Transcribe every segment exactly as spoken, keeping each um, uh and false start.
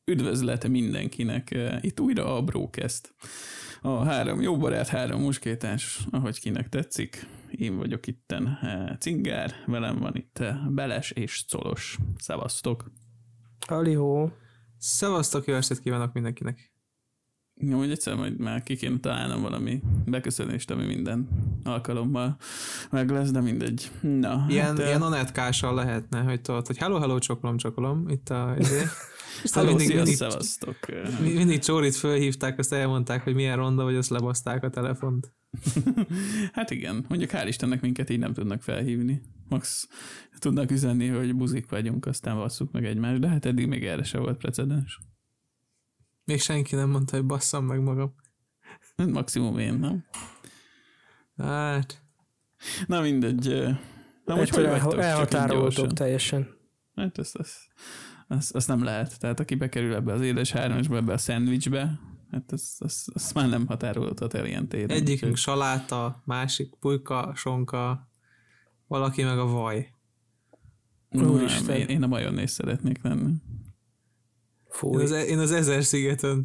Üdvözlet mindenkinek, itt újra a Brocast. A három jó barát, három muskétás, ahogy kinek tetszik. Én vagyok itten Cingár, velem van itt Beles és Colos. Szevasztok! Halihó! Szevasztok, jó estét kívánok mindenkinek! Jó, hogy egyszer majd már ki kéne találnom valami beköszönést, ami minden alkalommal meg lesz, de mindegy. Na, ilyen, hát, ilyen anetkással lehetne, hogy tudod, hogy hello, hello, csokolom, csokolom, itt a... Izé. Hello, mindig, szia, mindig, szevasztok! Mindig Csórit fölhívták, azt elmondták, hogy milyen ronda, vagy azt lebaszták a telefont. Hát igen, mondjuk hál' Istennek minket így nem tudnak felhívni. Max tudnak üzenni, hogy buzik vagyunk, aztán basszuk meg egymást, de hát eddig még erre se volt precedens. Még senki nem mondta, hogy basszam meg magam. Maximum én, nem? Hát... Na mindegy. Na most hogy vagytok? Elhatároltok teljesen. Hát ezt, ezt, ezt, ezt nem lehet. Tehát aki bekerül ebbe az édes hármasba, ebbe a szendvicsbe, hát ezt, ezt, ezt már nem határolódhat el ilyen téren. Egyikünk saláta, másik pulyka, sonka, valaki meg a vaj. Nem, én, én a majonéz szeretnék lenni. Én az, én az Ezer szigeten.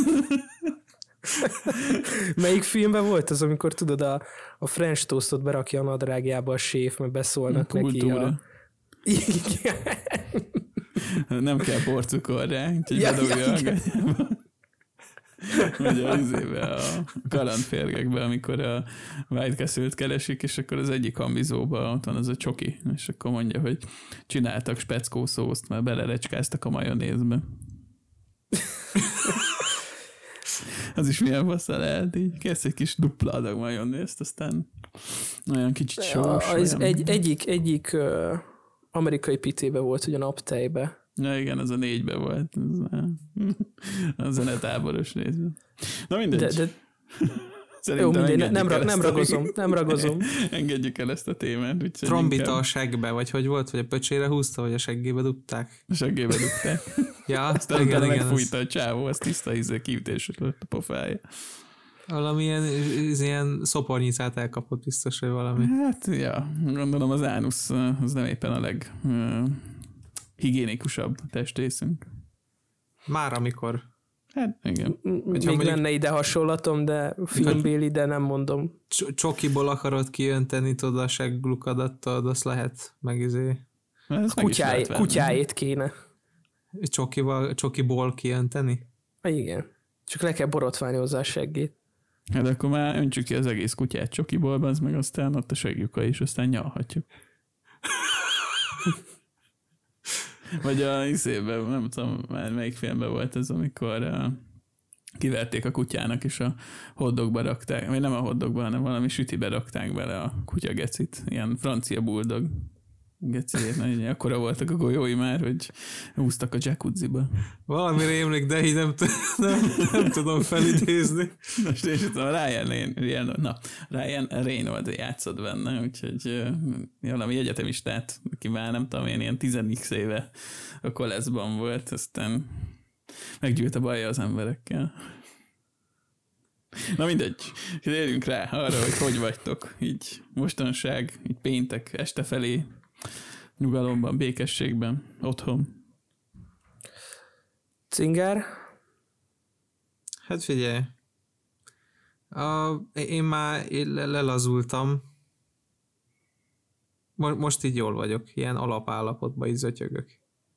Melyik filmben volt az, amikor tudod, a, a French toastot berakja a nadrágjába a séf, mert beszólnak neki a... Nem kell porcukor rá, úgyhogy ja, bedobja ja, a gatyába. Ugye az izébe, a kalandférgekbe, amikor a White Castle-t keresik, és akkor az egyik hambizóban ott van az a csoki, és akkor mondja, hogy csináltak speckó szószt, mert belerecskáztak a majonézbe. Az is milyen bassza lehet, így kezd egy kis dupla adag majonézt, aztán olyan kicsit sós. Az olyan... egy, egyik, egyik uh, amerikai pitébe volt, ugye naptejbe. Na igen, az a négybe volt. Az a, a zenetáboros részben. Na mindegy. De, de... Jó, mindegy, nem, ra- nem ragozom, nem ragozom. Engedjük el ezt a témát. Trombita inkább... a seggbe, vagy hogy volt, vagy a pöcsére húzta, vagy a seggébe dugták? A seggébe dugták. Ja, aztán igen, igen, megfújta az... a csávó, az tiszta ízé kiütésre lett a pofája. Valami ilyen, ilyen szopornyicát elkapott biztos, hogy valami. Hát, ja, gondolom az ánusz az nem éppen a leg uh, higiénikusabb testrészünk. Már amikor... Hát, igen. Még mondjuk... lenne ide hasonlatom, de filmbéli, de nem mondom. Csokiból akarod kijönteni, tudod a segglukadat, azt lehet megizé. Kutyáj, kutyáét kéne. Csokival, csokiból kijönteni? Igen. Csak le kell borotválni hozzá a seggét. Hát akkor már öntsük ki az egész kutyát csokiból, az meg aztán ott a segjuka is, aztán nyalhatjuk. Vagy a iszében, nem tudom, már melyik filmben volt ez, amikor uh, kiverték a kutyának, és a hotdogba rakták, vagy nem a hotdogba, hanem valami sütibe rakták bele a kutyagecit. Ilyen francia bulldog geciét, nagyon akkora voltak a golyói már, hogy húztak a jacuzziba. Valami rémlik, de így nem, nem, nem tudom felidézni. Most én tudom, Ryan, Ryan, na, Ryan Reynolds játszott benne, úgyhogy uh, valami egyetemistát, aki már nem tudom én, ilyen tizenik éve a koleszban volt, aztán meggyűlt a baja az emberekkel. Na mindegy, érjünk rá arra, hogy hogy vagytok, így mostanság, így péntek este felé, nyugalomban, békességben, otthon. Cingár? Hát figyelj, a, én már lelazultam, most így jól vagyok, ilyen alapállapotban így zötyögök.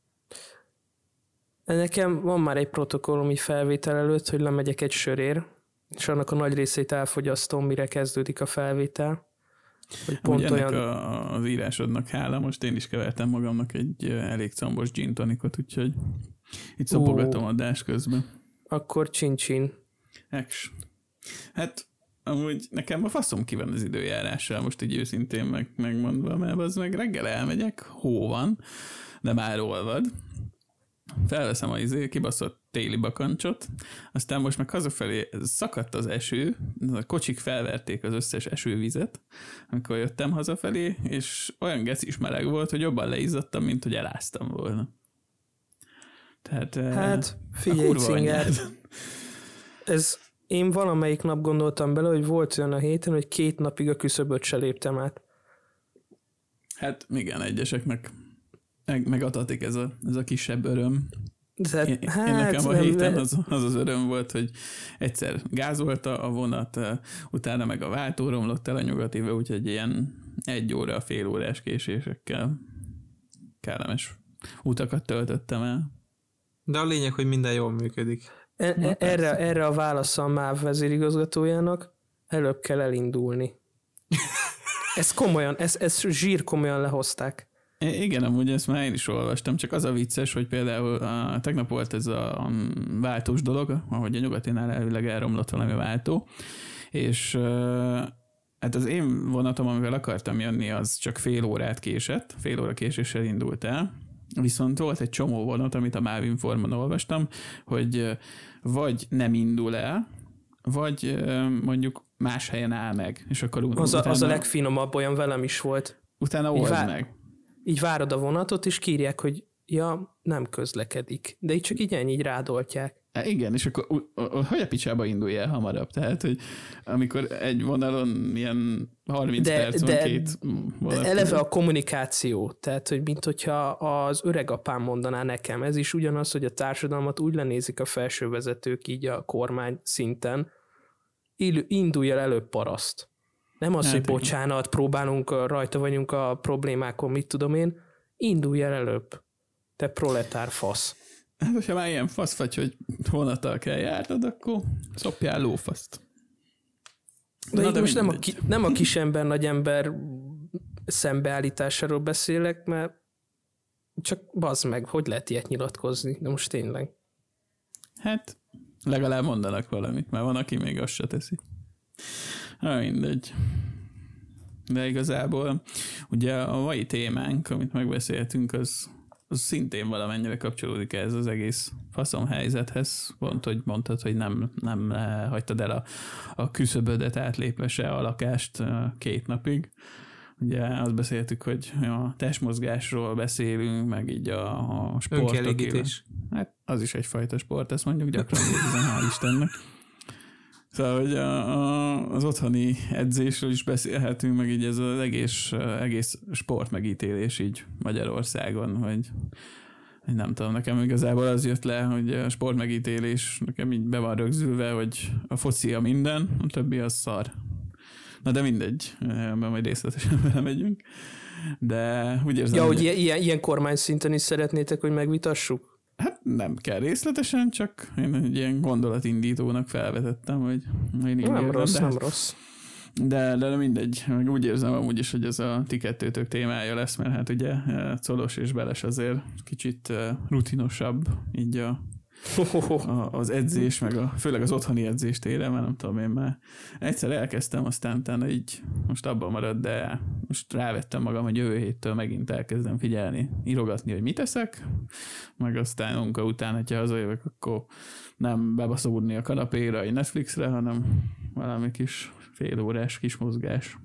Nekem van már egy protokollum így felvétel előtt, hogy lemegyek egy sörér, és annak a nagy részét elfogyasztom, mire kezdődik a felvétel. Hogy pont olyan... a, az írásodnak hála, most én is kevertem magamnak egy elég combos gin tonicot, úgyhogy itt szopogatom adás közben. Akkor csin-csin. Eks. Hát amúgy nekem a faszom ki van az időjárással, most így őszintén meg, megmondva, mert az meg reggel elmegyek, hó van, de már olvad. Felveszem a izé, kibaszott téli bakancsot, aztán most meg hazafelé szakadt az eső, a kocsik felverték az összes esővizet, amikor jöttem hazafelé, és olyan gecis meleg volt, hogy jobban leizzadtam, mint hogy eláztam volna. Tehát hát figyelj, Cingár, ez én valamelyik nap gondoltam bele, hogy volt olyan a héten, hogy két napig a küszöböt se léptem át. Hát igen, egyeseknek meg, megadatik ez a, ez a kisebb öröm. De, én, hát, én nekem a nem, héten az, az az öröm volt, hogy egyszer gázolta a vonat, utána meg a váltó romlott el a nyugatiba, úgyhogy ilyen egy óra, fél órás késésekkel kellemes utakat töltöttem el. De a lényeg, hogy minden jól működik. E- e- erre, erre a válasz a MÁV vezérigazgatójának, előbb kell elindulni. Ez komolyan, ez, ez zsír komolyan lehozták. Igen, amúgy ezt már én is olvastam, csak az a vicces, hogy például a, tegnap volt ez a váltós dolog, ahogy a nyugatinál elvileg elromlott valami váltó, és hát az én vonatom, amivel akartam jönni, az csak fél órát késett, fél óra késéssel indult el, viszont volt egy csomó vonat, amit a MÁV Informon olvastam, hogy vagy nem indul el, vagy mondjuk más helyen áll meg. És akkor az, utána, a, az a legfinomabb, olyan velem is volt. Utána old vá- meg. Így várod a vonatot, és kírják, hogy ja, nem közlekedik. De így csak így ennyi, így rádoltják. Há, igen, és akkor hogy a picsába indulj el hamarabb? Tehát, hogy amikor egy vonalon ilyen harminc de, perc van de, két vonat. Eleve a kommunikáció, tehát, hogy mint hogyha az öregapám mondaná nekem, ez is ugyanaz, hogy a társadalmat úgy lenézik a felső vezetők így a kormány szinten, indulj el előbb paraszt. Nem az, hát, hogy bocsánat, próbálunk, rajta vagyunk a problémákon, mit tudom én, indulj el előbb. Te proletár fasz. Hát, hogyha már ilyen fasz vagy, hogy vonattal kell járnod, akkor szopjál lófaszt. De, de most nem a, ki, nem a kisember, nagyember szembeállításáról beszélek, mert csak bazd meg, hogy lehet ilyet nyilatkozni, de most tényleg. Hát legalább mondanak valamit, mert van, aki még azt se teszi. Na mindegy. De igazából ugye a mai témánk, amit megbeszéltünk, az, az szintén valamennyire kapcsolódik ez az egész faszom helyzethez. Pont, hogy mondtad, hogy nem, nem hagytad el a, a küszöbödet átlépve se a lakást két napig. Ugye azt beszéltük, hogy a testmozgásról beszélünk, meg így a, a sportok. Önkielégítés. Hát az is egyfajta sport, ezt mondjuk gyakran végzem, hál' Istennek. Szóval, hogy a, a, az otthoni edzésről is beszélhetünk, meg így ez az egész, egész sportmegítélés így Magyarországon, hogy, hogy nem tudom, nekem igazából az jött le, hogy a sportmegítélés nekem így be van rögzülve, hogy a foci a minden, a többi az szar. Na de mindegy, mert majd részletesen vele megyünk. De úgy érzem, ja, hogy ilyen, ilyen kormány szinten is szeretnétek, hogy megvitassuk? Hát nem kell részletesen, csak én egy ilyen gondolatindítónak felvetettem, hogy én így nem érzem, rossz, de, nem rossz. De, de mindegy, meg úgy érzem amúgy is, hogy ez a ti kettőtök témája lesz, mert hát ugye Colos és Beles azért kicsit rutinosabb, így a, a, az edzés, meg a, főleg az otthoni edzés téren, mert nem tudom én már egyszer elkezdtem, aztán utána így most abban marad, de most rávettem magam, hogy jövő héttől megint elkezdem figyelni, írogatni, hogy mit eszek, meg aztán munka után, hogyha hazajövök, akkor nem bebaszódni a kanapéra, egy Netflixre, hanem valami kis fél órás kis mozgás.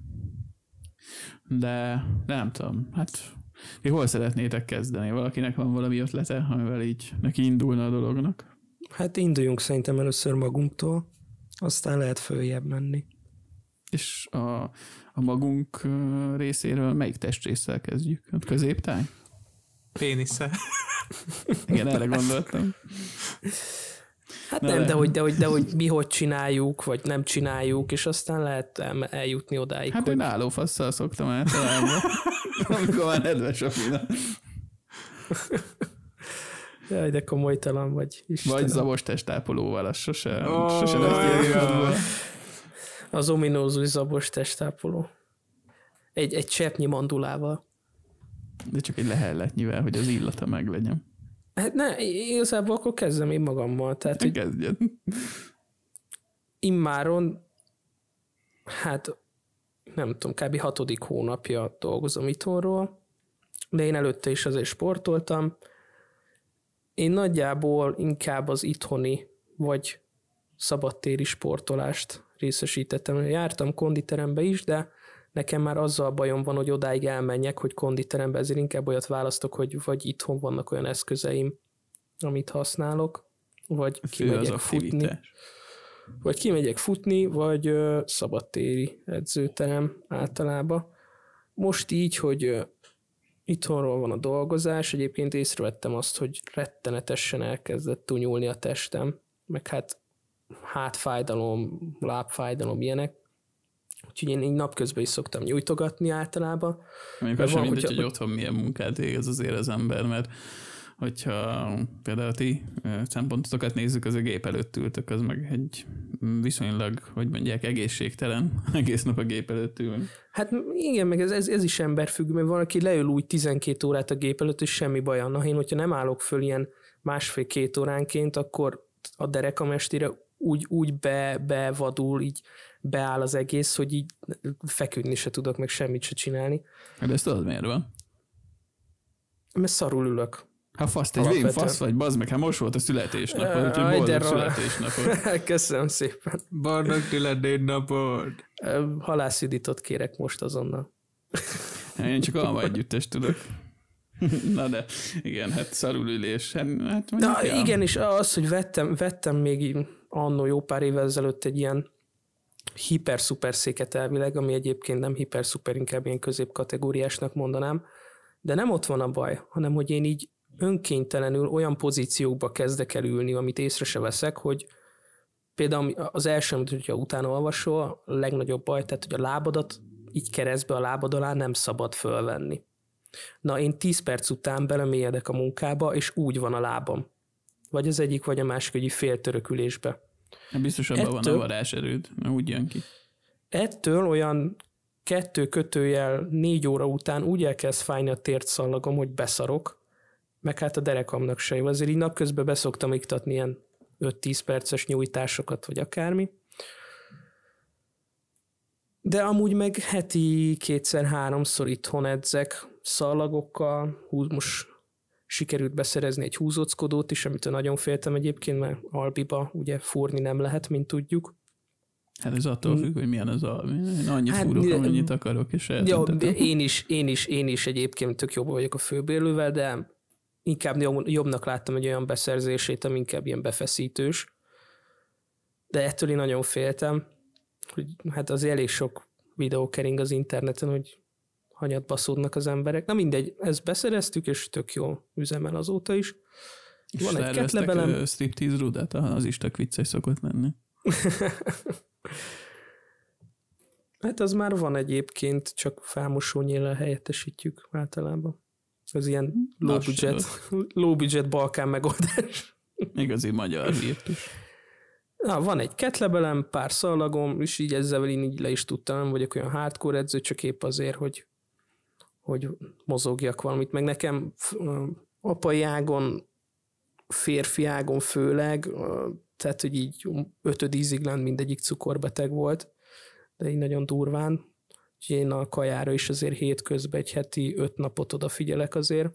De, de nem tudom, hát mi hol szeretnétek kezdeni? Valakinek van valami ötlete, amivel így neki indulna a dolognak? Hát induljunk szerintem először magunktól, aztán lehet följebb menni. És a, a magunk részéről melyik testrésszel kezdjük? A középtáj? Pénisze. Igen, erre gondoltam. Hát Na nem, de, de, hogy, de, hogy, de hogy mi hogy csináljuk, vagy nem csináljuk, és aztán lehet el, eljutni odáig. Hát hogy... én állófasszal szoktam általában, amikor van nedves a fina. Jaj, de komolytalan vagy. Istenem. Vagy zavos testápolóval, az sose, oh, sose lesz az ominózus zabos testápoló. Egy, egy cseppnyi mandulával. De csak egy lehelletnyivel, hogy az illata meglegyen. Hát ne, igazából akkor kezdem én magammal. Tehát, hogy kezdjen. Immáron, hát nem tudom, kb. hatodik hónapja dolgozom itthonról, de én előtte is azért sportoltam. Én nagyjából inkább az itthoni vagy szabadtéri sportolást részesítettem. Jártam konditerembe is, de nekem már azzal bajom van, hogy odáig elmenjek, hogy konditerembe, ezért inkább olyat választok, hogy vagy itthon vannak olyan eszközeim, amit használok, vagy kimegyek futni. Vagy kimegyek futni, vagy ö, szabadtéri edzőterem általában. Most így, hogy ö, itthonról van a dolgozás, egyébként észrevettem azt, hogy rettenetesen elkezdett tunyulni a testem, meg hát hátfájdalom, lábfájdalom, ilyenek. Úgyhogy én így napközben is szoktam nyújtogatni általában. Mondjuk az sem mindegy, hogy otthon milyen munkát végez azért az ember, mert hogyha például ti szempontotokat nézzük, az a gép előtt ültök, az meg egy viszonylag, hogy mondják, egészségtelen, egész nap a gép előtt ül. Hát igen, meg ez, ez, ez is emberfüggő, mert valaki leül úgy tizenkét órát a gép előtt, és semmi baj. Na, én, hogyha nem állok föl ilyen másfél-két óránként, akkor a derekam estére úgy, úgy be, bevadul, így beáll az egész, hogy így feküdni se tudok, meg semmit se csinálni. De ezt tudod, miért van? Mert szarul ülök. Ha fasz, te egy végig fasz vagy, bazd meg, hát most volt a születésnapod, úgyhogy boldog születésnapod. Köszönöm szépen. Boldog születésnapod. Halászjuditot kérek most azonnal. Én csak alma együttes tudok. Na de, igen, hát szarul ülés. Hát, Na ja. igen, és az, hogy vettem, vettem még annó jó pár évvel ezelőtt egy ilyen hiper-szuper széket elvileg, ami egyébként nem hiper-szuper, inkább ilyen középkategóriásnak mondanám, de nem ott van a baj, hanem hogy én így önkénytelenül olyan pozíciókba kezdek el ülni, amit észre se veszek, hogy például az első, amit hogyha utána olvasol, a legnagyobb baj, tehát hogy a lábadat így keresztbe a lábad alá nem szabad fölvenni. Na, én tíz perc után belemélyedek a munkába, és úgy van a lábam. Vagy az egyik, vagy a másik, hogy fél törökülésbe. Biztos abban van a varázserőd, mert úgy jön ki. Ettől olyan kettő kötőjel négy óra után úgy elkezd fájni a tércszallagom, hogy beszarok, meg hát a derekamnak se jó. Azért így napközben beszoktam iktatni ilyen öt-tíz perces nyújtásokat, vagy akármi. De amúgy meg heti kétszer-háromszor itthon edzek szallagokkal. Most sikerült beszerezni egy húzóckodót is, amitől nagyon féltem egyébként, mert albiba ugye fúrni nem lehet, mint tudjuk. Hát ez attól függ, hogy milyen az albi. Én annyit hát, fúrok, amennyit akarok, és eltöntetem. Én is, én is, én is egyébként tök jobb vagyok a főbérlővel, de inkább jobbnak láttam egy olyan beszerzését, ami inkább ilyen befeszítős. De ettől én nagyon féltem, hogy hát az elég sok videó kering az interneten, hogy hanyat baszódnak az emberek. Na mindegy, ezt beszereztük, és tök jó üzemel azóta is. És van egy ketlebelem. Striptease rudát, az is tök vicces szokott lenni. Hát az már van egyébként, csak felmosó nyéllel helyettesítjük általában. Ez ilyen low budget, low budget Balkán megoldás. Igazi magyar virtus. Na, van egy ketlebelem, pár szallagom, és így ezzel én így le is tudtam, nem vagyok olyan hardcore edző, csak épp azért, hogy, hogy mozogjak valamit. Meg nekem apai ágon, férfi ágon főleg, tehát, hogy így ötöd íziglen mindegyik cukorbeteg volt, de így nagyon durván. Úgyhogy én a kajára is azért hétközben egy heti öt napot odafigyelek azért.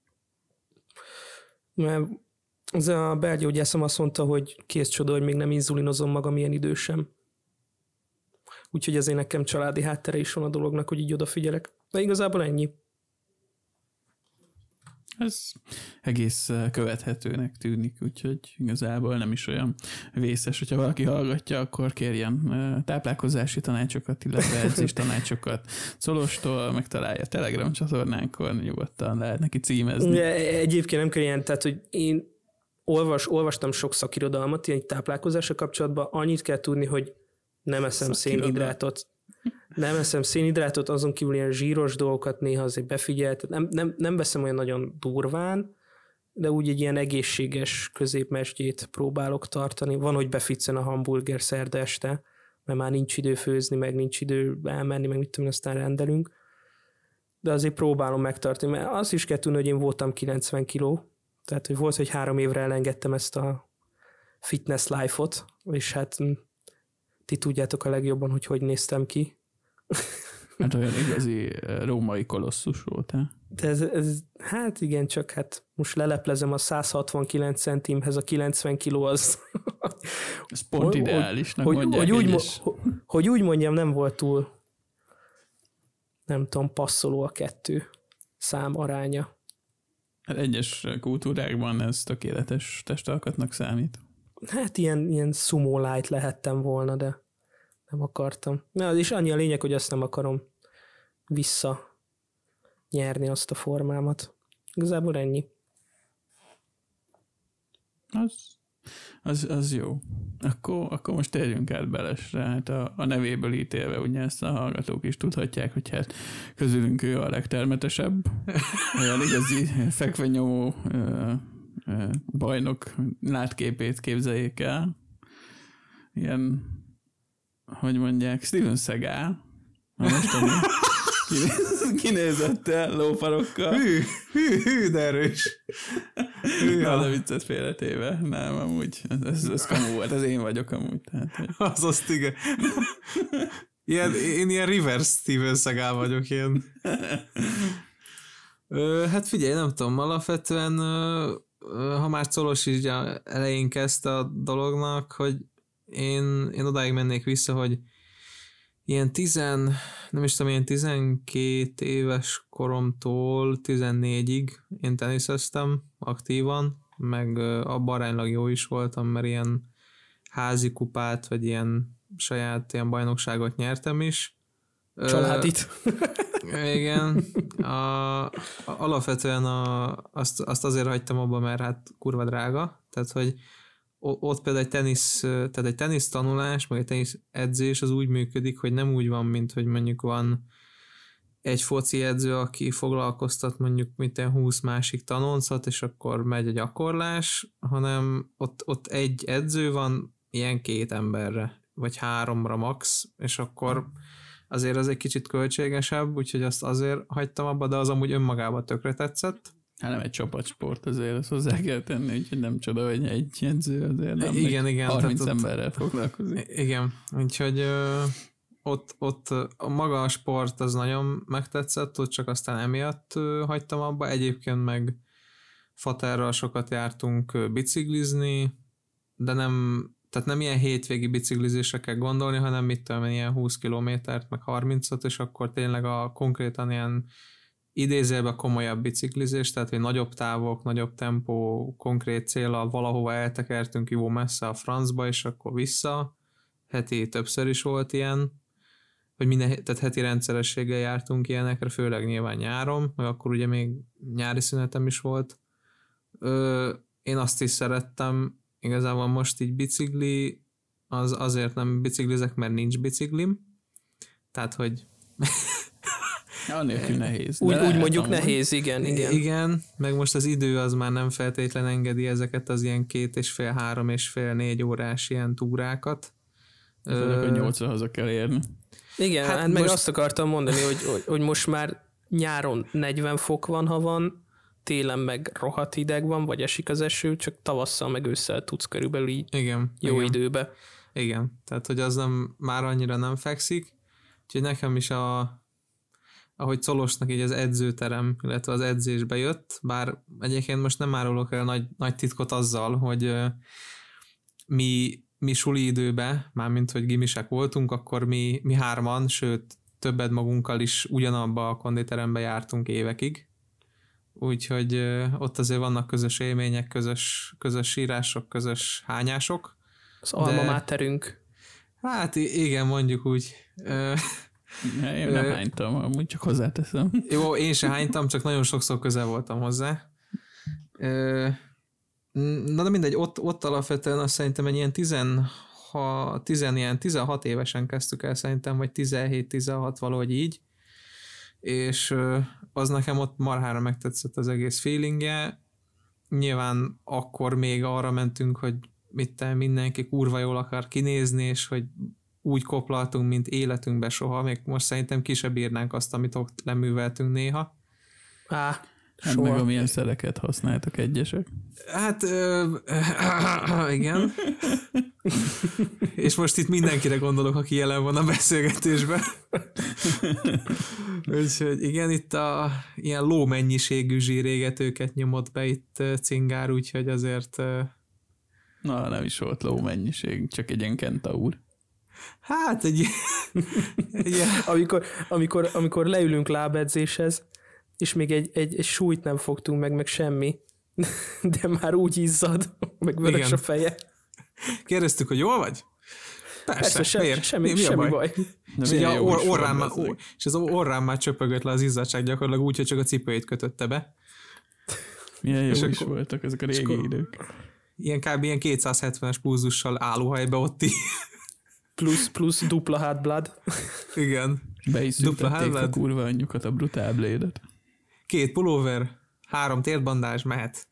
Mert az a belgyógyászom azt mondta, hogy kész csoda, hogy még nem inzulinozom magam ilyen idősen. Úgyhogy ezért nekem családi háttere is van a dolognak, hogy így odafigyelek. De igazából ennyi. Ez egész követhetőnek tűnik, úgyhogy igazából nem is olyan vészes, hogyha valaki hallgatja, akkor kérjen táplálkozási tanácsokat, illetve edzés tanácsokat Szolostól, megtalálja a Telegram csatornánkon, nyugodtan lehet neki címezni. Egyébként nem kell ilyen, tehát hogy én olvas, olvastam sok szakirodalmat ilyen táplálkozásra kapcsolatban, annyit kell tudni, hogy nem eszem szénhidrátot. Nem eszem szénhidrátot, azon kívül ilyen zsíros dolgokat néha azért befigyelt. Nem, nem, nem veszem olyan nagyon durván, de úgy egy ilyen egészséges középmesdjét próbálok tartani. Van, hogy beficen a hamburger szerda este, mert már nincs idő főzni, meg nincs idő elmenni, meg mit tudom, aztán rendelünk. De azért próbálom megtartani, mert azt is kell tudni, hogy én voltam kilencven kiló, tehát hogy volt, hogy három évre elengedtem ezt a fitness life-ot, és hát ti tudjátok a legjobban, hogy hogy néztem ki. Hát olyan igazi római kolosszus voltál. De ez, ez, hát igen, csak hát most leleplezem a száz hatvankilenc centimhez, a kilencven kiló az... Ez pont ideálisnak hogy, mondják. Hogy, hogy, hogy, hogy úgy mondjam, nem volt túl, nem tudom, passzoló a kettő szám aránya. Hát egyes kultúrákban ez tökéletes testalkatnak számít. Hát ilyen, ilyen sumo light lehettem volna, de nem akartam. Na, és annyi a lényeg, hogy azt nem akarom vissza nyerni azt a formámat. Igazából ennyi. Az, az, az jó. Akkor, akkor most térjünk át Belesre. Hát a, a nevéből ítélve, ugye ezt a hallgatók is tudhatják, hogy hát közülünk ő a legtermetesebb. Olyan igazi fekvenyomó ö, ö, bajnok látképét képzeljék el. Ilyen, hogy mondják, Steven Seagal. A mostani kinézettel, lófarokkal. Hű, hű, hű, de erős. Hű, Na, de viccet félretéve. Nem, amúgy. Ez, ez kamu volt, ez én vagyok amúgy. Tehát, hogy... Az azt igen. Ilyen, én ilyen reverse Steven Seagal vagyok, ilyen. Ö, hát figyelj, nem tudom, alapvetően ö, ö, ha már Colos is elején kezdte a dolognak, hogy én, én odáig mennék vissza, hogy ilyen tizen, nem is tudom, ilyen tizenkét éves koromtól tizennégyig én teniszeztem aktívan, meg abban aránylag jó is voltam, mert ilyen házi kupát, vagy ilyen saját ilyen bajnokságot nyertem is. Családit. Ö, igen. A, a, alapvetően a, azt, azt azért hagytam abba, mert hát kurva drága, tehát hogy ott például egy tenisz, tehát egy tenisz tanulás, meg egy tenisz edzés az úgy működik, hogy nem úgy van, mint hogy mondjuk van egy foci edző, aki foglalkoztat mondjuk mint egy húsz másik tanoncot, és akkor megy a gyakorlás, hanem ott, ott egy edző van ilyen két emberre, vagy háromra max, és akkor azért az egy kicsit költségesebb, úgyhogy azt azért hagytam abba, de az amúgy önmagában tökre tetszett. Hát nem egy csapatsport azért, azt hozzá kell tenni, úgyhogy nem csoda, hogy egy edző azért nem igen, igen, harminc emberrel ott, foglalkozik. Igen, úgyhogy ö, ott, ott a maga a sport az nagyon megtetszett, ott csak aztán emiatt ö, hagytam abba. Egyébként meg Faterral sokat jártunk ö, biciklizni, de nem, tehát nem ilyen hétvégi biciklizésre kell gondolni, hanem mit tudom, ilyen húsz kilométert, meg harmincat, és akkor tényleg a konkrétan ilyen idézőben komolyabb biciklizés, tehát hogy nagyobb távok, nagyobb tempó, konkrét céllal valahova eltekertünk jó messze a francba, és akkor vissza. Heti többször is volt ilyen, hogy minden, tehát heti rendszerességgel jártunk ilyenekre, főleg nyilván nyáron, meg akkor ugye még nyári szünetem is volt. Ö, én azt is szerettem, igazából most így bicikli, az azért nem biciklizek, mert nincs biciklim, tehát hogy Annélkül nehéz. Úgy, úgy mondjuk amúgy. Nehéz, igen, igen. Igen, meg most az idő az már nem feltétlen engedi ezeket az ilyen két és fél, három és fél, négy órás ilyen túrákat. Tudok, hogy nyolcra haza kell érni. Igen, hát, hát meg most... azt akartam mondani, hogy, hogy, hogy most már nyáron negyven fok van, ha van, télen meg rohadt hideg van, vagy esik az eső, csak tavasszal meg ősszel tudsz körülbelül így igen, jó igen. időbe. Igen, tehát hogy az nem, már annyira nem fekszik, úgyhogy nekem is a ahogy Colosnak így az edzőterem, illetve az edzésbe jött, bár egyébként most nem árulok el nagy, nagy titkot azzal, hogy uh, mi, mi suli időben, mármint hogy gimisek voltunk, akkor mi, mi hárman, sőt többet magunkkal is ugyanabba a konditerembe jártunk évekig, úgyhogy uh, ott azért vannak közös élmények, közös, közös sírások, közös hányások. Az alma máterünk. Hát igen, mondjuk úgy. Uh, Én nem Ö... hánytam, amúgy csak hozzáteszem. Jó, én se hánytam, csak nagyon sokszor közel voltam hozzá. Ö... Na de mindegy, ott, ott alapvetően azt szerintem egy ilyen tizenhat, tizen, ilyen tizenhat évesen kezdtük el szerintem, vagy tizenhét tizenhat valahogy így, és az nekem ott marhára megtetszett az egész feelingje. Nyilván akkor még arra mentünk, hogy mit te, mindenki kurva jól akar kinézni, és hogy úgy koplaltunk, mint életünkben soha, még most szerintem ki se bírnánk azt, amit ott leműveltünk néha. Á, hát meg amilyen szereket használtak egyesek. Hát, ö, igen. És most itt mindenkire gondolok, aki jelen van a beszélgetésben. Úgyhogy igen, itt a ilyen ló mennyiségű zsírégetőket nyomott be itt Cingár, úgyhogy azért... Na, nem is volt ló mennyiség, csak egy ilyen kentaur. Hát egy, egy amikor, amikor, amikor leülünk lábedzéshez, és még egy, egy, egy súlyt nem fogtunk meg, meg semmi, de már úgy izzad, meg vörös a feje. Kérdeztük, hogy jól vagy? Persze, Persze se, miért? semmi, mi, mi semmi baj? baj. De És, milyen ugye jó or, is orrán van, már, bazzeg. és az orrán már csöpögött le az izzadság gyakorlatilag úgy, hogy csak a cipőjét kötötte be. Milyen jó és is akkor- voltak ezek a régi akkor- idők. Ilyen kb. Ilyen kétszázhetvenes pulzussal állóhelybe ott így. Plusz, plusz dupla hátblood. Igen. Be is Dupla szüntették a hálód? kurva anyjukat, a brutál blade-et. Két pulóver, három térdbandázs, mehet.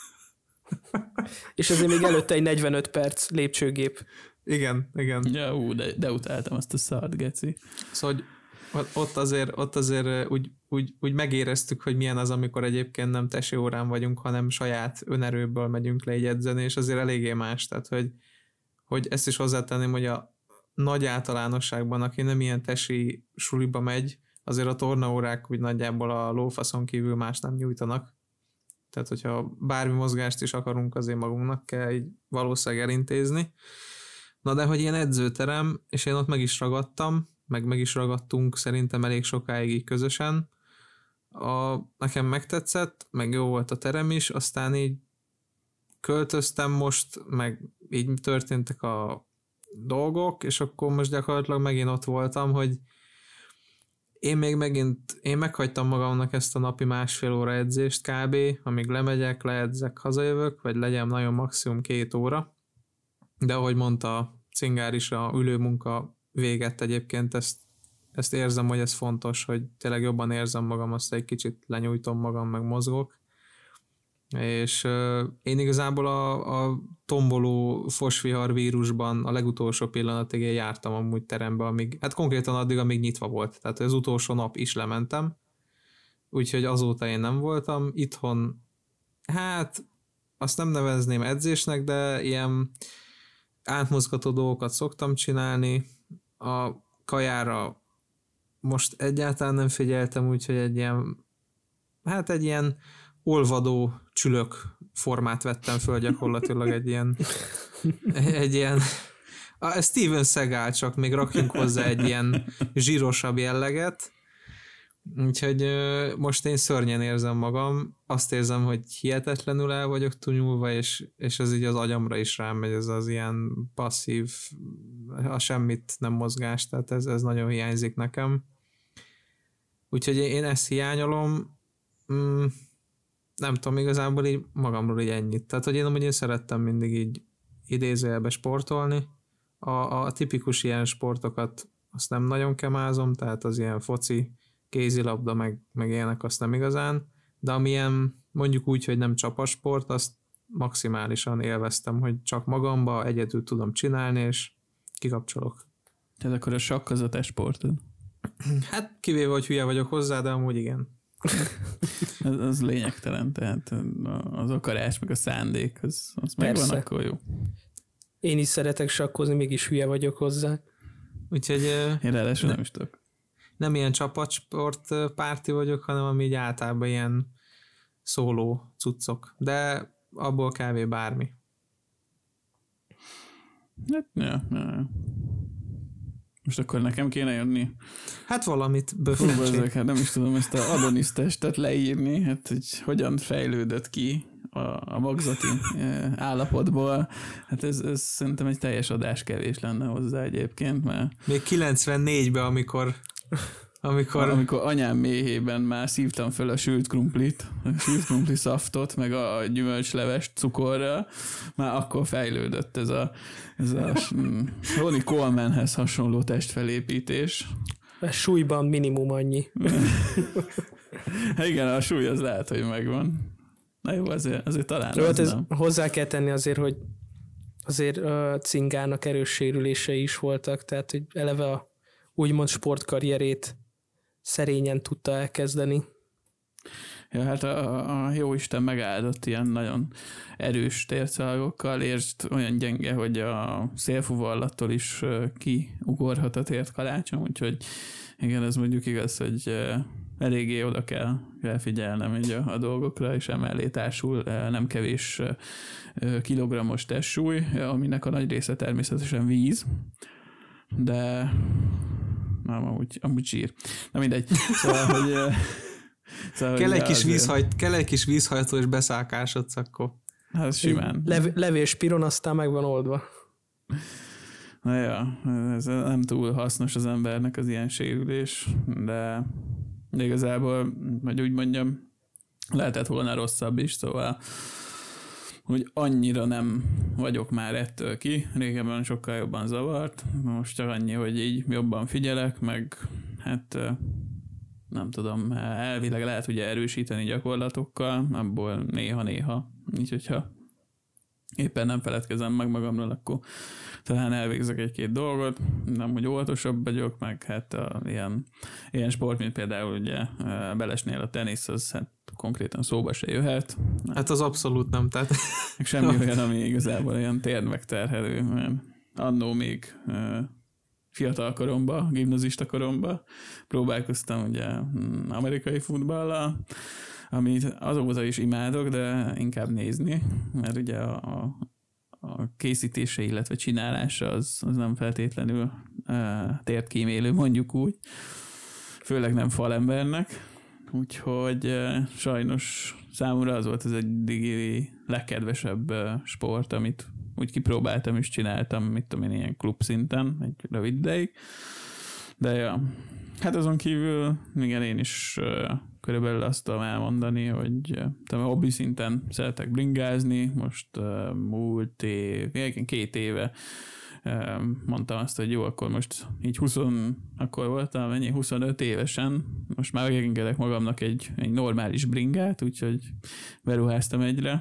És azért még előtte egy negyvenöt perc lépcsőgép. Igen, igen. Ja, ú, de, de utáltam azt a szart, geci. Szóval hogy ott azért, ott azért úgy, úgy, úgy megéreztük, hogy milyen az, amikor egyébként nem tesi órán vagyunk, hanem saját önerőből megyünk le egy edzeni, és azért eléggé más. Tehát, hogy, hogy ezt is hozzátenném, hogy a nagy általánosságban, aki nem ilyen tesi suliba megy, azért a tornaórák úgy nagyjából a lófaszon kívül más nem nyújtanak. Tehát, hogyha bármi mozgást is akarunk, azért magunknak kell így valószínűleg elintézni. Na de hogy ilyen edzőterem, és én ott meg is ragadtam, meg meg is ragadtunk szerintem elég sokáig így közösen. A, nekem megtetszett, meg jó volt a terem is, aztán így költöztem most, meg így történtek a dolgok, és akkor most gyakorlatilag megint ott voltam, hogy én még megint, én meghagytam magamnak ezt a napi másfél óra edzést kb, amíg lemegyek, leedzek, hazajövök, vagy legyen nagyon maximum két óra. De ahogy mondta Cingár is, a ülőmunka véget egyébként, ezt, ezt érzem, hogy ez fontos, hogy tényleg jobban érzem magam, azt egy kicsit lenyújtom magam, meg mozgok. És euh, én igazából a, a tomboló fosvihar vírusban a legutolsó pillanatig én jártam amúgy terembe, amíg, hát konkrétan addig, amíg nyitva volt. Tehát az utolsó nap is lementem, úgyhogy azóta én nem voltam. Itthon, hát azt nem nevezném edzésnek, de ilyen átmozgató dolgokat szoktam csinálni. A kajára most egyáltalán nem figyeltem, úgyhogy egy ilyen, hát egy ilyen olvadó csülök formát vettem föl gyakorlatilag, egy ilyen egy ilyen a Steven Seagal, csak még rakjunk hozzá egy ilyen zsírosabb jelleget, úgyhogy most én szörnyen érzem magam, azt érzem, hogy hihetetlenül el vagyok tunyulva, és, és ez így az agyamra is rám megy, ez az ilyen passzív, a semmit nem mozgás, tehát ez, ez nagyon hiányzik nekem. Úgyhogy én ezt hiányolom, mm, nem tudom, igazából így magamról így ennyit. Tehát, hogy én amúgy én szerettem mindig így idézőjelbe sportolni. A, a tipikus ilyen sportokat azt nem nagyon kemázom, tehát az ilyen foci, kézilabda, meg, meg ilyenek azt nem igazán, de amilyen mondjuk úgy, hogy nem csapasport, azt maximálisan élveztem, hogy csak magamba egyedül tudom csinálni, és kikapcsolok. Tehát akkor a sakk az a te sportod. Hát kivéve, hogy hülye vagyok hozzá, de amúgy igen. Ez, az lényegtelen, tehát az akarás, meg a szándék, az, az megvan, akkor jó. Én is szeretek sakkozni, mégis hülye vagyok hozzá. Úgyhogy én ráadásul nem is tudok. Nem ilyen csapatsport párti vagyok, hanem ami így általában ilyen szóló cuccok. De abból kávé bármi. Hát, ja, ja. Most akkor nekem kéne jönni. Hát valamit böföncsék. Hát nem is tudom ezt a Adonis testet leírni, hát hogy hogyan fejlődött ki a, a magzati állapotból. Hát ez, ez szerintem egy teljes adás kevés lenne hozzá egyébként, mert... Még kilencvennégyben, amikor... Amikor... amikor anyám méhében már szívtam föl a sült krumplit, a sült krumpli szaftot, meg a gyümölcslevest cukorra, már akkor fejlődött ez a, ez a Ronnie Colemanhez hasonló testfelépítés. A súlyban minimum annyi. Igen, a súly az lehet, hogy megvan. Na jó, azért, azért talán jó, az ez nem. Hozzá kell tenni azért, hogy azért a Cingának erős sérülései is voltak, tehát hogy eleve a úgymond sportkarrierét szerényen tudta elkezdeni. Ja, hát a, a jóisten megáldott ilyen nagyon erős tércalagokkal, értsd olyan gyenge, hogy a szélfuvallattól is kiugorhat a térkalácsom, úgyhogy igen, ez mondjuk igaz, hogy eléggé oda kell, kell figyelnem így a, a dolgokra, és emellé társul nem kevés kilogrammos testsúly, aminek a nagy része természetesen víz, de nem, amúgy, amúgy zsír. Na mindegy. Szóval, hogy... Szóval, kell, hogy egy kis azért... vízhajt, kell egy kis vízhajtó és beszálkásodsz akkor. Hát simán. Lev, levés piron, aztán meg van oldva. Na ja, ez nem túl hasznos az embernek az ilyen sérülés, de igazából, hogy úgy mondjam, lehetett volna rosszabb is, szóval hogy annyira nem vagyok már ettől ki, régebben sokkal jobban zavart, most csak annyi, hogy így jobban figyelek, meg hát nem tudom, elvileg lehet ugye erősíteni gyakorlatokkal, abból néha-néha, így hogyha éppen nem feledkezem meg magamról, akkor talán elvégzek egy-két dolgot, nem, hogy óvatosabb vagyok, meg hát a, ilyen, ilyen sport, mint például ugye belesnél a tenisz, az hát konkrétan szóba se jöhet. Hát az abszolút nem, tehát... Semmi olyan, ami igazából olyan térmegterhelő, mert annó még fiatal koromban, gimnazista koromban próbálkoztam ugye amerikai futballal, amit azóta is imádok, de inkább nézni, mert ugye a, a készítése, illetve csinálása az, az nem feltétlenül uh, tért kímélő, mondjuk úgy, főleg nem falembernek, úgyhogy uh, sajnos számomra az volt az eddigi legkedvesebb uh, sport, amit úgy kipróbáltam és csináltam, mit tudom én, ilyen klubszinten, egy rövid ideig, de ja, hát azon kívül igen, én is uh, körülbelül azt tudom elmondani, hogy uh, hobbi szinten szeretek bringázni, most uh, múlt év, két éve uh, mondtam azt, hogy jó, akkor most így húsz, akkor voltam, ennyi, huszonöt évesen, most már megengedek magamnak egy, egy normális bringát, úgyhogy beruháztam egyre.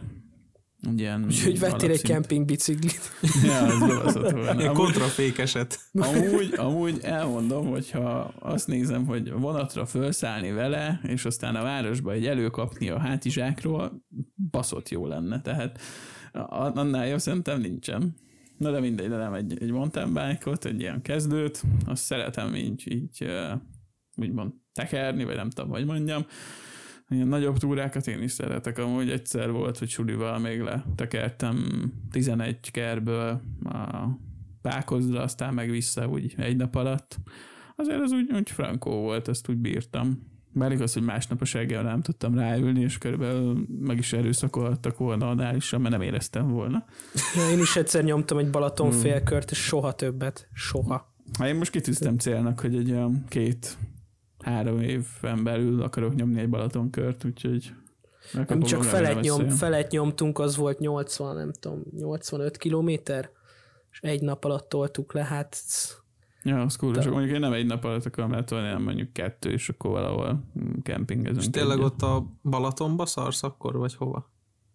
Úgyhogy vettél egy kempingbiciklit. Ja, az bebaszott volna. Egy kontrafékeset. Amúgy, amúgy elmondom, hogyha azt nézem, hogy vonatra felszállni vele, és aztán a városba egy előkapni a hátizsákról, baszott jó lenne. Tehát annál jobb szerintem nincsen. Na de mindegy, de nem egy, egy mountain bike-ot, egy ilyen kezdőt, azt szeretem így, így úgymond tekerni, vagy nem tudom, hogy mondjam. Ilyen nagyobb túrákat én is szeretek. Amúgy egyszer volt, hogy sulival még letekertem tizenegy kerből a Pákozra, aztán meg vissza úgy egy nap alatt. Azért az úgy, úgy frankó volt, ezt úgy bírtam. Bár igaz, hogy másnap a seggel nem tudtam ráülni, és körülbelül meg is erőszakolhattak volna adálisan, mert nem éreztem volna. Ja, én is egyszer nyomtam egy Balaton hmm. félkört, és soha többet. Soha. Hát én most kitűztem célnak, hogy egy olyan két három éven belül akarok nyomni egy Balatonkört, úgyhogy... Nem csak felet, nyom, felet nyomtunk, az volt nyolcvan, nem tudom, nyolcvanöt kilométer, és egy nap alatt toltuk le, hát... Ja, az cool, csak mondjuk én nem egy nap alatt akarom letolni, hanem mondjuk kettő, és akkor valahol kempingezünk. És tényleg egyet. Ott a Balatonba szarsz akkor, vagy hova?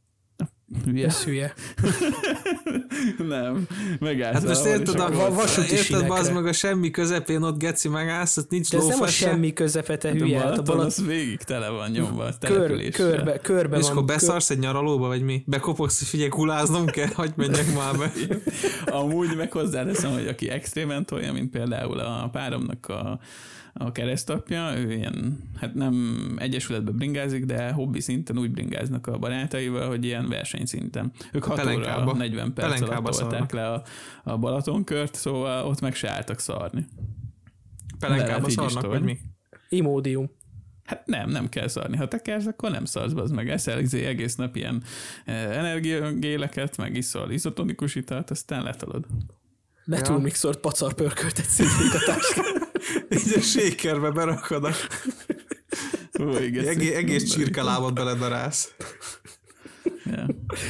Hülye. Ez hülye. Nem, megállsz. Hát most érted, a vasúti érted, az meg a semmi közepén ott geci megállsz, ott nincs lófasz. De ez nem a semmi közepe, te hülye. A Balaton, a Balat... az végig tele van nyomva a Kör, körbe, körbe és van. akkor beszarsz egy nyaralóba, vagy mi? Bekopogsz, hogy figyelj, kuláznom kell, hagyd menjek már be. Amúgy meg hozzáteszem, hogy aki extrémen tolja, mint például a páromnak a a keresztapja, ő ilyen, hát nem egyesületben bringázik, de hobbi szinten úgy bringáznak a barátaival, hogy ilyen versenyszinten. Ők hat óra, negyven perc alatt tolták le a, a Balatonkört, szóval ott meg se álltak szarni. Pelenkába szarnak, vagy mi? Imódium. Hát nem, nem kell szarni. Ha tekersz, akkor nem szarsz, az meg eszel egész nap ilyen energiagéleket, meg iszol izotonikus italt, aztán letolod. Le túl mixolt pacarpörköltet szívjuk a táskát. Így a shakerbe berakod a... Ó, egész, egész csirkelábot beledarálsz. Ja.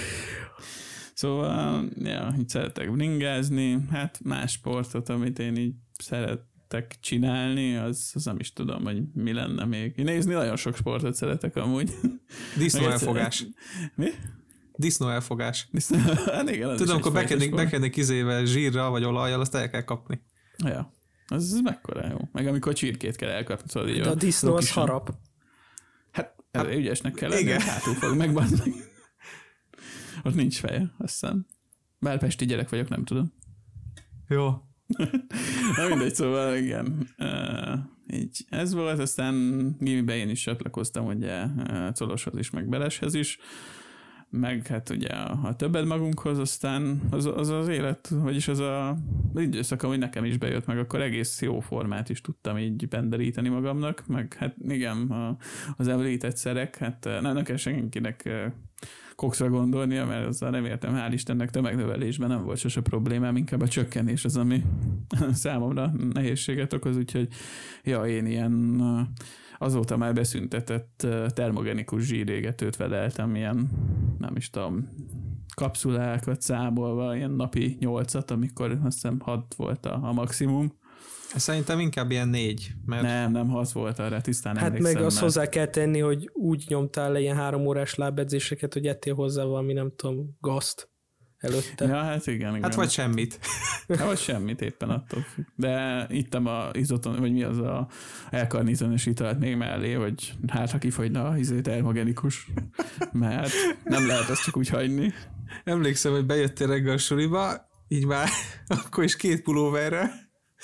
Szóval, ja, így szeretek bringázni, hát más sportot, amit én így szeretek csinálni, az, az nem is tudom, hogy mi lenne még. Én nézni nagyon sok sportot szeretek amúgy. Disznóelfogás. Mi? Disznóelfogás. Disznó... Hát igen, tudom, akkor bekennék, bekennék izével zsírral vagy olajjal, azt el kell kapni. Ja. Az, az mekkora jó. Meg amikor csirkét kell elkapni, szóval így de a disznó az harap. Hát, hát ügyesnek kell lenni, hátul fog megbázni. Ott nincs feje, azt hiszem. Bár pesti gyerek vagyok, nem tudom. Jó. Na mindegy, szóval igen. Uh, így ez volt, aztán gimiben én is csatlakoztam ugye Coloshoz is, meg Beleshez is. Meg hát ugye a többet magunkhoz, aztán az az, az élet, vagyis az a, az időszak, hogy nekem is bejött, meg akkor egész jó formát is tudtam így benderíteni magamnak, meg hát igen, a, az említett szerek, hát nem, nem kell senkinek kokszra gondolnia, mert azzal nem értem, hál' Istennek tömegnövelésben nem volt sose problémám, inkább a csökkenés az, ami számomra nehézséget okoz, úgyhogy ja, én ilyen azóta már beszüntetett termogenikus zsírégetőt vedeltem, ilyen nem is tudom, kapszulákat számolva, ilyen napi nyolcat, amikor azt hiszem hat volt a, a maximum. Szerintem inkább ilyen négy. Mert... Nem, nem, az volt arra, tisztán Hát emlékszem. meg azt mert... hozzá kell tenni, hogy úgy nyomtál le ilyen három órás lábedzéseket, hogy ettél hozzá valami, nem tudom, gazt előtte. Ja, hát igen, igen. Hát vagy semmit. Hát vagy semmit éppen attól függ. De ittem a izoton, vagy mi az a elkarnizonos italt még mellé, hogy hát ha kifogyna a izé termogenikus, mert nem lehet azt csak úgy hagyni. Emlékszem, hogy bejöttél reggel a suliba, így már akkor is két pulóverre,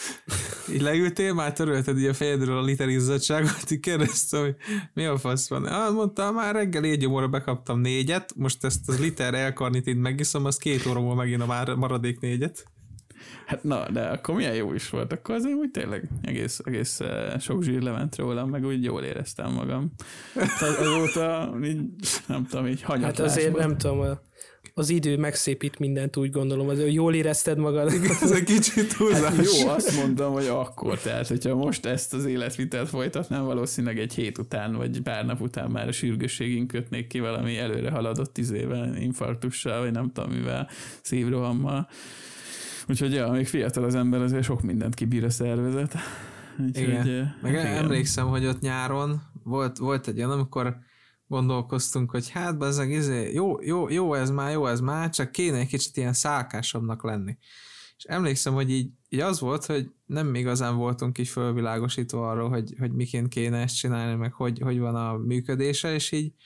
így leültél, már törölted így a fejedről a liter izzadságot, így kérdeztem, hogy mi a fasz van. Ah, mondtam, már reggel éjgyomorra bekaptam négyet, most ezt az liter elkarnitint megiszom, az két óra múlva megint a már maradék négyet. Hát na, de akkor milyen jó is volt, akkor azért úgy tényleg egész, egész sok zsír lement rólam, meg úgy jól éreztem magam. Tehát azóta így, nem tudom, így hanyatlás. Hát azért volt. nem tudom, az idő megszépít mindent, úgy gondolom, azért jól érezted magad. Ez egy kicsit túlzás. Hát jó, azt mondom, hogy akkor, tehát hogyha most ezt az életvitelt folytatnám, valószínűleg egy hét után, vagy pár nap után már a sürgősségén kötnék ki valami előre haladott tíz éve infarktussal, vagy nem tudom mivel, szívrohammal. Úgyhogy ja, még fiatal az ember, azért sok mindent kibír a szervezet. Úgyhogy, igen. Meg igen. emlékszem, hogy ott nyáron volt, volt egy olyan, amikor gondolkoztunk, hogy hát bezzeg, izé, jó, jó, jó ez már, jó ez már, csak kéne egy kicsit ilyen szálkásabbnak lenni. És emlékszem, hogy így, így az volt, hogy nem igazán voltunk így fölvilágosítva arról, hogy, hogy miként kéne ezt csinálni, meg hogy, hogy van a működése, és így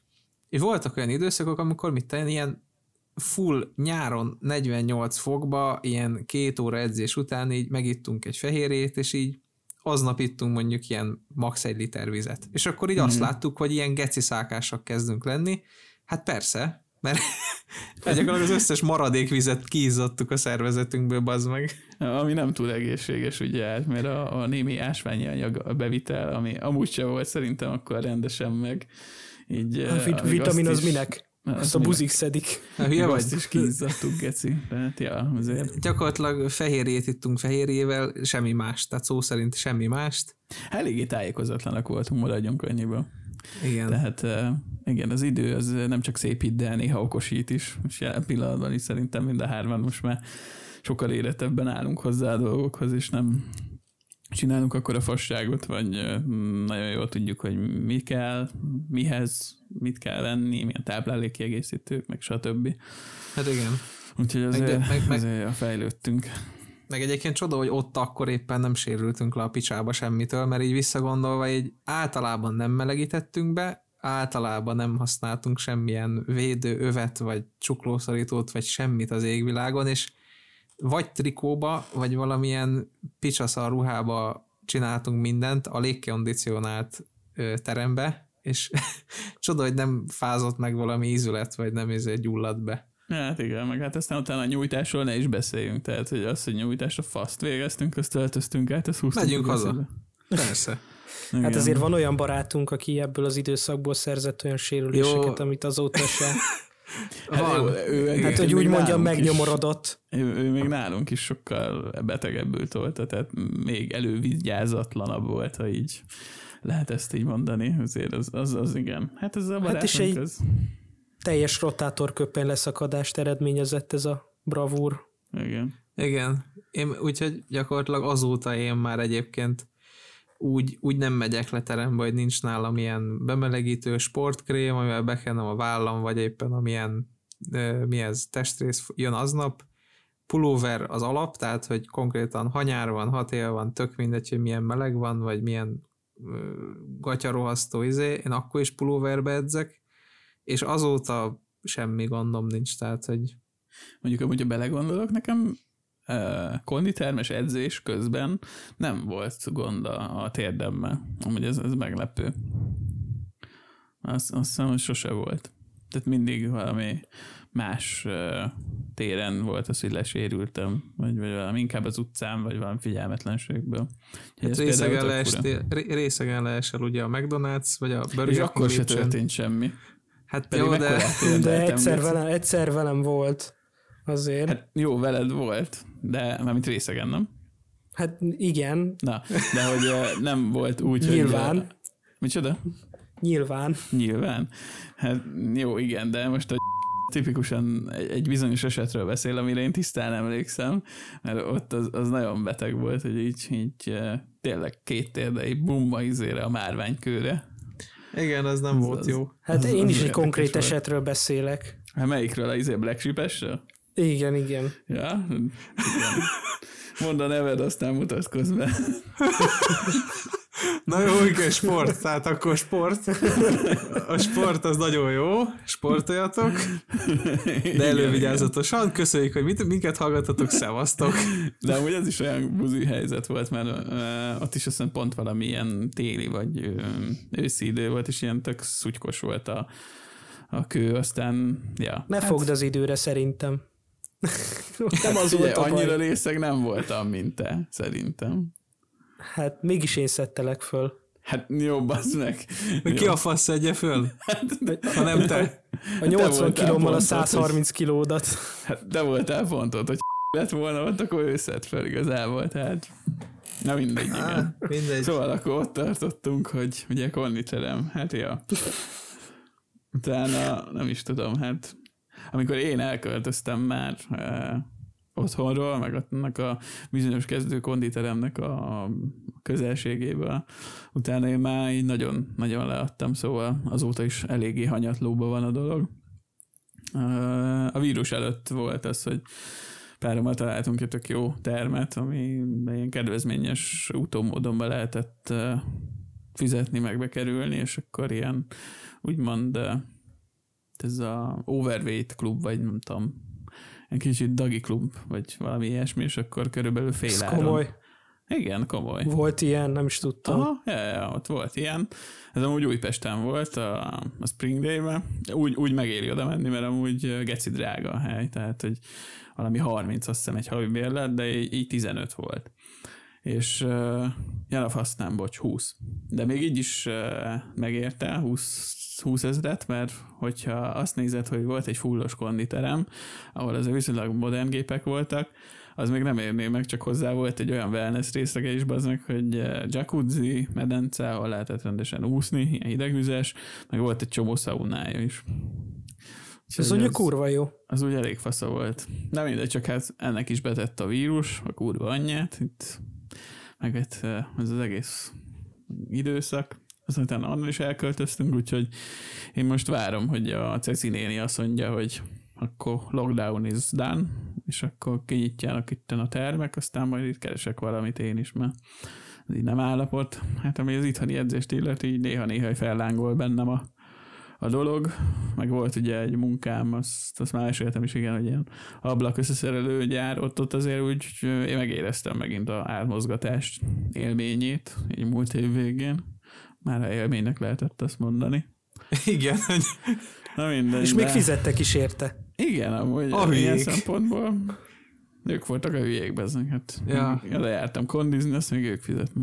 és voltak olyan időszakok, amikor mit tenni, ilyen full nyáron negyvennyolc fokba, ilyen két óra edzés után így megittunk egy fehérjét, és így aznap ittunk mondjuk ilyen max. Egy liter vizet. És akkor így mm. azt láttuk, hogy ilyen geci szálkásak kezdünk lenni. Hát persze, mert gyakorlatilag az összes maradék vizet kiizzadtuk a szervezetünkből, bazd meg. Ami nem túl egészséges, ugye, mert a, a némi ásványi anyag bevitel, ami amúgy sem volt szerintem akkor rendesen meg. Így, a vit- vitamin az is, minek? Azt a buzik szedik. Ja, azt is kiizzadtuk, geci. Tehát, ja, azért. Gyakorlatilag fehérjét ittunk fehérjével, semmi más, tehát szó szerint semmi mást. Eléggé tájékozatlanak voltunk, maradjunk annyiba. Igen. Tehát igen, az idő az nem csak szépít, de néha okosít is. És jelen pillanatban is szerintem mind a hárman most már sokkal érettebben állunk hozzá a dolgokhoz, és nem csinálunk akkor a fasságot, vagy nagyon jól tudjuk, hogy mi kell, mihez, mit kell venni, milyen táplálékkiegészítők, meg stb. Hát igen. Úgyhogy azért, meg, meg, azért fejlődtünk. Meg egyébként csoda, hogy ott akkor éppen nem sérültünk le a picsába semmitől, mert így visszagondolva így általában nem melegítettünk be, általában nem használtunk semmilyen védő övet, vagy csuklószorítót, vagy semmit az égvilágon, és vagy trikóba, vagy valamilyen picsaszar ruhába csináltunk mindent a légkondicionált terembe, és csoda, hogy nem fázott meg valami ízület, vagy nem ezért gyulladt be. Hát igen, meg hát aztán utána a nyújtásról ne is beszéljünk, tehát hogy az, hogy nyújtásra faszt végeztünk, azt öltöztünk át, ezt húztunk. Megyünk haza. Persze. Igen. Hát azért van olyan barátunk, aki ebből az időszakból szerzett olyan sérüléseket, jó. Amit azóta se... Hát, jó, ő, hát hogy úgy mondjam, megnyomorodott. Ő, ő még nálunk is sokkal betegebbül tolta, tehát még elővigyázatlanabb volt, ha így lehet ezt így mondani. Azért az, az, az igen. Hát ez a barátunk, hát is egy az... teljes rotátorköpeny leszakadást eredményezett ez a bravúr. Igen. Igen. Én, úgyhogy gyakorlatilag azóta én már egyébként úgy, úgy nem megyek le terembe, hogy nincs nálam ilyen bemelegítő sportkrém, amivel bekennem a vállam, vagy éppen amilyen mi ez, testrész jön aznap. Pulóver az alap, tehát hogy konkrétan ha nyár van, ha tél van, tök mindegy, hogy milyen meleg van, vagy milyen gatyarohasztó izé, én akkor is pulóverbe edzek, és azóta semmi gondom nincs, tehát hogy... Mondjuk, amúgy, ha belegondolok, nekem uh, konditermes edzés közben nem volt gond a, a térdemmel. Amúgy ez, ez meglepő. Azt, azt hiszem, hogy sose volt. Tehát mindig valami más uh, téren volt az, hogy lesérültem, vagy, vagy valami inkább az utcán, vagy valami figyelmetlenségből. Hát részegen leesel ugye a McDonald's, vagy a Burger King. És akkor se történt semmi. Hát Pedig jó, de... mekkorát De érdekeltem, egyszer Léci. velem, egyszer velem volt azért. Hát, Hát jó, veled volt, de mármint részegen, nem? hát igen, Na, de hogy ö, nem volt úgy, Nyilván. hogy... ö, Micsoda? nyilván. Nyilván. Hát jó, igen, de most a tipikusan egy, egy bizonyos esetről beszél, amire én tisztán emlékszem, mert ott az, az nagyon beteg volt, hogy így, így uh, tényleg két térdei bumba izére a márványkőre. Igen, az nem Az- volt az- jó. Hát Az- én az is egy érdekes konkrét volt. esetről beszélek. Hát melyikről? Az izé Black Sheep-esről? Igen, igen. Ja? Igen. Mondd a neved, aztán mutatkozz be. Na jó, igen, sport, tehát akkor sport. A sport az nagyon jó, sportoljatok, de elővigyázatosan. Köszönjük, hogy mit, minket hallgatatok, szevasztok. De amúgy ez is olyan buzi helyzet volt, mert uh, ott is azt hiszem pont valamilyen téli vagy uh, őszi idő volt, és ilyen tök szutykos volt a, a kő, aztán ja. Ne fogd az időre szerintem. Nem az Figyelj, volt a annyira baj. részeg nem voltam, mint te, szerintem. Hát mégis én szedtelek föl. Hát jó, bazd meg. Hogy ki Jó. a fasz szedje föl? Ha nem te. A nyolcvan voltál kilómmal a pont ott, száz harminc kilódat. Hát te voltál pont ott, hogy lett volna ott, akkor ő szed fel igazából, tehát na mindegy, igen. Á, mindegy. Szóval akkor ott tartottunk, hogy ugye konditerem, hát ja. Utána nem is tudom, hát amikor én elköltöztem már eh, otthonról, meg annak a bizonyos kezdő konditeremnek a közelségéből, utána én már így nagyon, nagyon leadtam, szóval azóta is eléggé hanyatlóban van a dolog. Eh, a vírus előtt volt az, hogy párommal találtunk egy tök jó termet, ami ilyen kedvezményes utómódon be lehetett eh, fizetni, meg bekerülni, és akkor ilyen úgymond eh, ez a overweight klub, vagy nem tudom, egy kicsit dagi klub, vagy valami ilyesmi, és akkor körülbelül fél Ez áron. komoly. Igen, komoly. Volt ilyen, nem is tudtam. Aha, ja, ja, ott volt ilyen. Ez amúgy Újpesten volt, a, a Spring Day-ben. Úgy, úgy megéri oda menni, mert amúgy geci drága a hely, tehát hogy valami harminc, azt hiszem egy havi bérlet, de így, így tizenöt volt. És uh, jelen használom, bocs, húsz. De még így is uh, megérte húsz ezret, mert hogyha azt nézed, hogy volt egy fullos konditerem, ahol ez viszonylag modern gépek voltak, az még nem érné meg, csak hozzá volt egy olyan wellness részlege is, baznak, hogy jacuzzi, medence, ahol lehetett rendesen úszni, ilyen hidegvizes, meg volt egy csomó szaunája is. Ez ugye kurva jó. Az úgy elég fasza volt. De mindegy, csak hát ennek is betett a vírus, a kurva anyját, itt meg ez az egész időszak. Aztán utána annál is elköltöztünk, úgyhogy én most várom, hogy a Ceci néni azt mondja, hogy akkor lockdown is done, és akkor kinyitjának itt a termek, aztán majd itt keresek valamit én is, mert ez így nem állapot. Hát ami az itthoni edzést illeti, így néha-néha fellángol bennem a, a dolog, meg volt ugye egy munkám, azt, azt már eséltem is, igen, hogy ilyen ablak összeszerelő gyár, ott, ott azért úgy én megéreztem megint a átmozgatás élményét, így múlt év végén. Már a élménynek lehetett azt mondani. Igen. Na mindegy. És de... még fizettek is érte. Igen, amúgy A ilyen hülyék. szempontból ők voltak a hülyék, bezzeg. Hát Ja. oda jártam kondizni, azt még ők fizetni.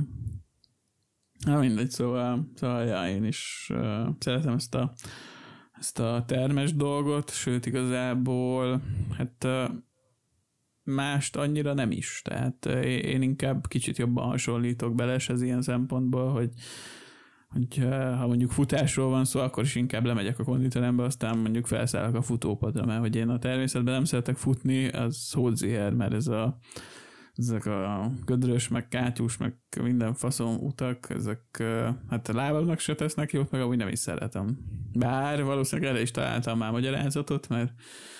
Na mindegy, szóval, szóval ja, én is uh, szeretem ezt a, ezt a termes dolgot, sőt igazából hát uh, mást annyira nem is. Tehát uh, én inkább kicsit jobban hasonlítok bele ez ilyen szempontból, hogy hogy ha mondjuk futásról van szó, akkor is inkább lemegyek a konditerembe, aztán mondjuk felszállok a futópadra, mert hogy én a természetben nem szeretek futni, az hódziher, mert ez a, ezek a gödrös, meg kátyús, meg minden faszom utak, ezek hát a lábamnak se tesznek jót, meg amúgy nem is szeretem. Bár valószínűleg erre is találtam már magyarázatot, mert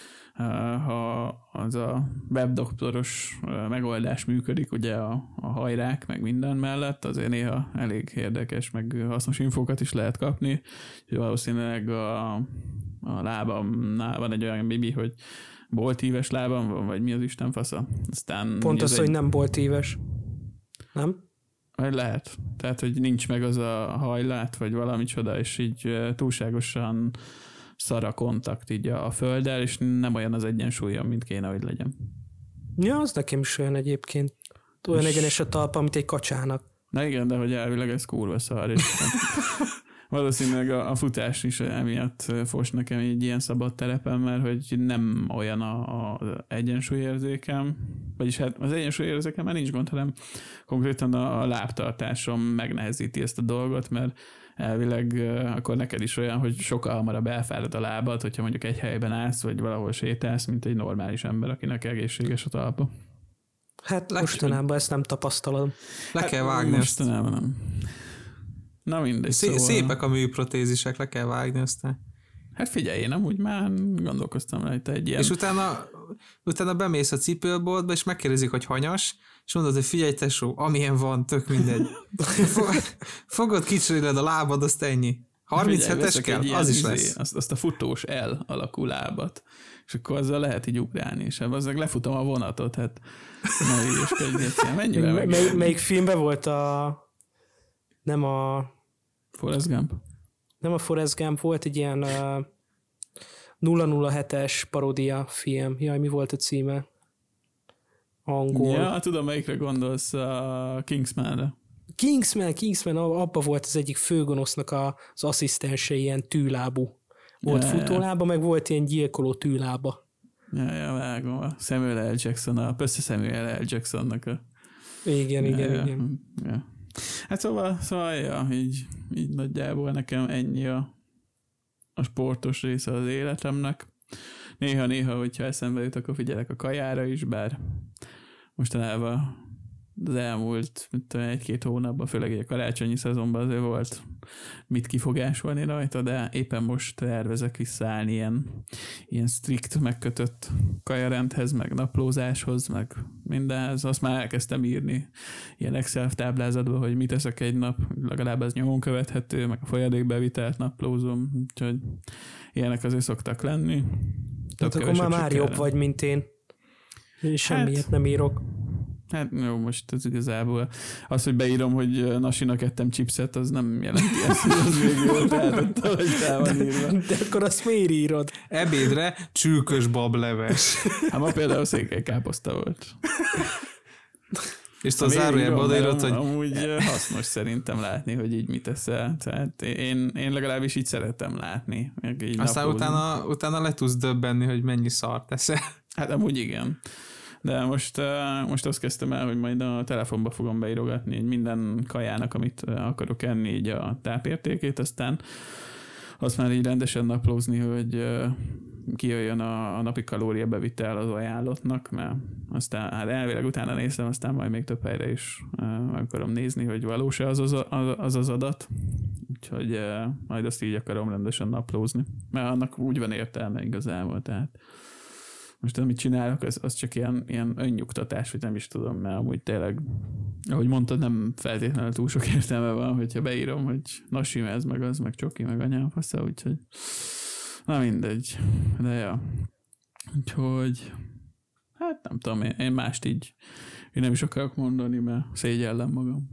ha az a webdoktoros megoldás működik, ugye a, a hajrák, meg minden mellett, azért néha elég érdekes, meg hasznos infókat is lehet kapni. Úgyhogy valószínűleg a, a lábamnál van egy olyan bibi, hogy boltíves lábam van, vagy mi az Isten fasza. Aztán Pont az, egy... hogy nem volt éves. Nem? Vagy lehet. Tehát, hogy nincs meg az a hajlát, vagy valami csoda, és így túlságosan szar a kontakt így a földdel, és nem olyan az egyensúlyom, mint kéne, hogy legyen. Ja, az nekem is olyan egyébként. Olyan És- egyenes a talpa, mint egy kacsának. Na igen, de hogy elvileg ez kurva szar, és valószínűleg a, a futás is emiatt fos nekem így ilyen szabad terepen, mert hogy nem olyan a, a egyensúlyérzékem, vagyis hát az egyensúlyérzékem már nincs gond, hanem konkrétan a, a lábtartásom megnehezíti ezt a dolgot, mert elvileg akkor neked is olyan, hogy sokkal hamarabb elfárad a lábad, hogyha mondjuk egy helyben állsz, vagy valahol sétálsz, mint egy normális ember, akinek egészséges a talpa. Hát mostanában ezt nem tapasztalom. Le hát kell vágni mostanában nem. Na mindegy. Szé- szóval... Szépek a műprotézisek, le kell vágni aztán. Hát figyelj, én amúgy már gondolkoztam rajta egy ilyen... És utána, utána bemész a cipőboltba, és megkérdezik, hogy hanyas, és mondod, hogy figyelj tesó, amilyen van, tök mindegy. Fogod, kicseréled a lábad, azt ennyi. harminchetes kell, az is izé, lesz. Azt, azt a futós L alakú lábat, és akkor azzal lehet így ugrálni, és azzal lefutom a vonatot, hát ne ügyeskedj, mennyivel meg... Mely, melyik filmben volt a... Nem a... Forrest Gump? Nem a Forrest Gump, volt egy ilyen uh, nulla nulla hetes paródia film. Jaj, mi volt a címe? Angol. Ja, tudom, melyikre gondolsz, a Kingsmanre. Kingsman, Kingsman, abba volt az egyik főgonosznak a, az asszisztense, ilyen tűlábú. Volt ja, futólába, ja. meg volt ilyen gyilkoló tűlába. Ja, ja, vágom. A Samuel L. Jackson, a Persze Samuel L. Jacksonnak a... Igen, ja, igen, ja, igen. Ja. Hát szóval, szóval ja, így, így nagyjából nekem ennyi a, a sportos része az életemnek. Néha-néha, hogyha eszembe jut, akkor figyelek a kajára is, bár mostanában az elmúlt tudom, egy-két hónapban, főleg egy karácsonyi szezonban azért volt mit kifogásolni rajta, de éppen most tervezek visszaállni ilyen, ilyen strikt megkötött kajarendhez, meg naplózáshoz, meg mindenhez. Azt már elkezdtem írni ilyen Excel táblázatban, hogy mit eszek egy nap, legalább ez nyomon követhető, meg a folyadékbevitelt naplózom, úgyhogy ilyenek azért szoktak lenni. Tehát akkor már, már jobb vagy, mint én. Semmiért hát, nem írok. Hát jó, most ez igazából az, hogy beírom, hogy nasinak ettem chipset, az nem jelenti ezt, hogy az még jól tehetett, hogy fel van írva. De akkor azt miért írod? Ebédre csülkös bableves. Hát ma például székelykáposzta volt. És a zárójelben odaírod, hogy... Amúgy hasznos szerintem látni, hogy így mit eszel. Tehát én, én legalábbis így szeretem látni. Így aztán utána, utána le tudsz döbbenni, hogy mennyi szart eszel. Hát amúgy igen. De most, most azt kezdtem el, hogy majd a telefonba fogom beírogatni hogy minden kajának, amit akarok enni, így a tápértékét, aztán azt már így rendesen naplózni, hogy kijöjjön a, a napi kalóriabevitel az ajánlottnak, mert aztán hát elvileg utána néztem, aztán majd még több helyre is meg akarom nézni, hogy valós-e az az, az az adat. Úgyhogy majd azt így akarom rendesen naplózni. Mert annak úgy van értelme igazából, tehát most amit csinálok, az, az csak ilyen, ilyen önnyugtatás, hogy nem is tudom, mert amúgy tényleg, ahogy mondtad, nem feltétlenül túl sok értelme van, hogyha beírom, hogy nasi, ez meg az, meg csoki, meg anyám fasza, úgyhogy na mindegy. De ja. Úgyhogy hát nem tudom, én, én mást így én nem is akarok mondani, mert szégyellem magam.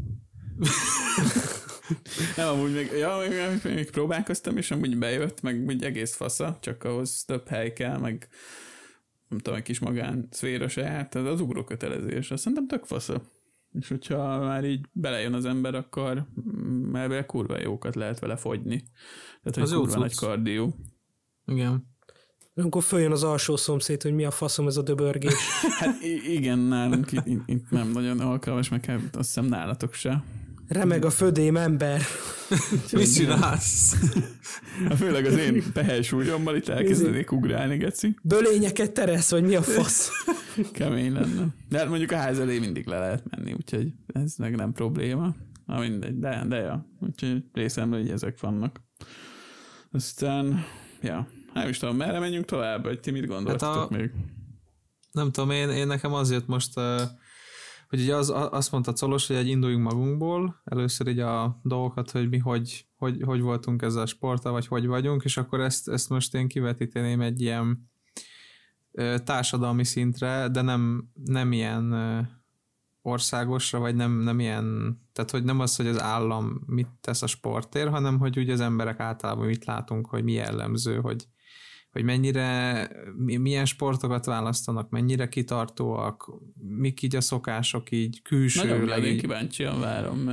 Nem, amúgy még, ja, még, még próbálkoztam, és amúgy bejött, meg úgy egész fasza, csak ahhoz több hely kell, meg nem tudom, egy kis magán szféra saját, tehát az ugrókötelezés, azt szerintem tök fasza. És hogyha már így belejön az ember, akkor elvileg kurva jókat lehet vele fogyni. Tehát, hogy az kurva nagy kardió. Igen. Akkor följön az alsó szomszéd, hogy mi a faszom ez a döbörgés. Hát igen, nálunk itt, itt nem nagyon alkalmas, meg hát azt hiszem nálatok se. Remeg a födém, ember. Mit csinálsz? Hát főleg az én tehelsúlyommal itt elkezdenék ugrálni, geci. Bölényeket teresz, vagy mi a fasz? Kemény lenne. De hát mondjuk a ház elé mindig le lehet menni, úgyhogy ez meg nem probléma. Na mindegy, de, de ja. Úgyhogy részemről így ezek vannak. Aztán, ja, nem is tudom, merre menjünk tovább, vagy ti mit gondoltatok hát a... még? Nem tudom, én, én nekem az jött most... Uh... hogy ugye az, azt mondta Colos, hogy egy induljunk magunkból, először így a dolgokat, hogy mi hogy, hogy, hogy voltunk ezzel a sporttal, vagy hogy vagyunk, és akkor ezt, ezt most én kivetíteném egy ilyen ö, társadalmi szintre, de nem, nem ilyen ö, országosra, vagy nem, nem ilyen, tehát hogy nem az, hogy az állam mit tesz a sportért, hanem hogy úgy az emberek általában mit látunk, hogy mi jellemző, hogy hogy mennyire, milyen sportokat választanak, mennyire kitartóak, mik így a szokások így külsőleg. Nagyon így... kíváncsian várom, mert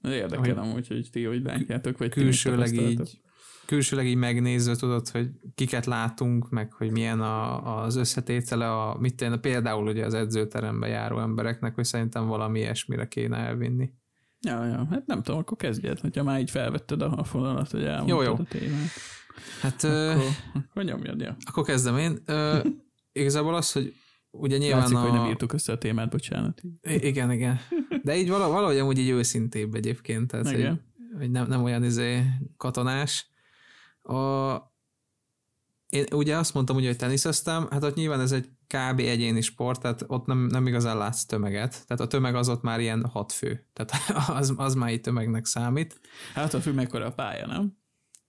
Érdekel amúgy, hogy ti hogy látjátok, vagy külsőleg így, külsőleg így megnézve tudod, hogy kiket látunk, meg hogy milyen a, az összetétele, a, mit tenni, például ugye az edzőterembe járó embereknek, hogy szerintem valami ilyesmire kéne elvinni. Ja, ja, hát nem tudom, akkor kezdjed, hogyha már így felvetted a, a fonalat, hogy elmondtad jó, jó. a témát. Hát akkor, ö, akkor nyomjad, ja. Akkor kezdem én. Ö, igazából az, hogy ugye nyilván Látszik, a... hogy nem írtuk össze a témát, bocsánat. I- igen, igen. De így valahogy, valahogy amúgy így őszintébb egyébként, tehát hogy, hogy nem, nem olyan izé katonás. A, én ugye azt mondtam, ugye, hogy teniszeztem, hát ott nyilván ez egy kb. Egyéni sport, tehát ott nem, nem igazán látsz tömeget. Tehát a tömeg az ott már ilyen hat fő. Tehát az, az már így tömegnek számít. Hát a fő mekkora a pálya, nem?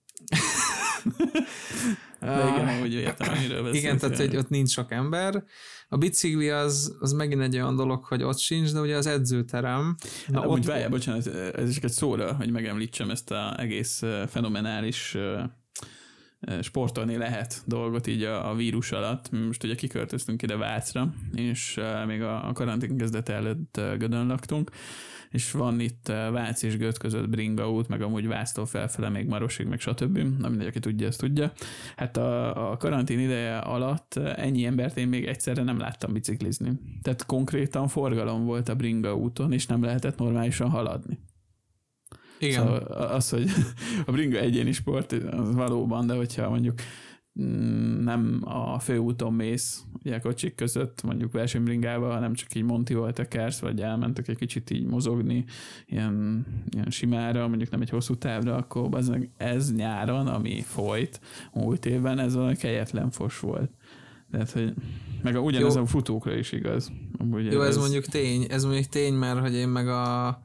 De igen, úgy értem, amiről beszélsz. Igen, tehát hogy ott nincs sok ember. A bicikli az, az megint egy olyan dolog, hogy ott sincs, de ugye az edzőterem. Na, hát, ott... Úgy várjál, bocsánat, ez csak egy szóra, hogy megemlítsem ezt az egész fenomenális sportolni lehet dolgot így a, a vírus alatt. Most ugye kiköltöztünk ide Vácra, és még a, a karantén kezdete előtt Gödön laktunk, és van itt Vác és Göd között bringa út, meg amúgy Váctól felfele még Marosig, meg stb. Na mindegy, aki tudja, ezt tudja. Hát a, a karantén ideje alatt ennyi embert én még egyszerre nem láttam biciklizni. Tehát konkrétan forgalom volt a bringa úton, és nem lehetett normálisan haladni. Igen. Szóval az, hogy a bringa egyéni sport, az valóban, de hogyha mondjuk nem a főúton mész, ugye kocsik között, mondjuk versenybringával, hanem csak így Montival tekersz, vagy elmentek egy kicsit így mozogni, ilyen, ilyen simára, mondjuk nem egy hosszú távra, akkor az, ez nyáron, ami folyt múlt évben, ez olyan kegyetlen fos volt. Tehát, hogy meg a, ugyanez jó. A futókra is igaz. Amúgy jó, ez, ez mondjuk tény, ez mondjuk tény, mert hogy én meg a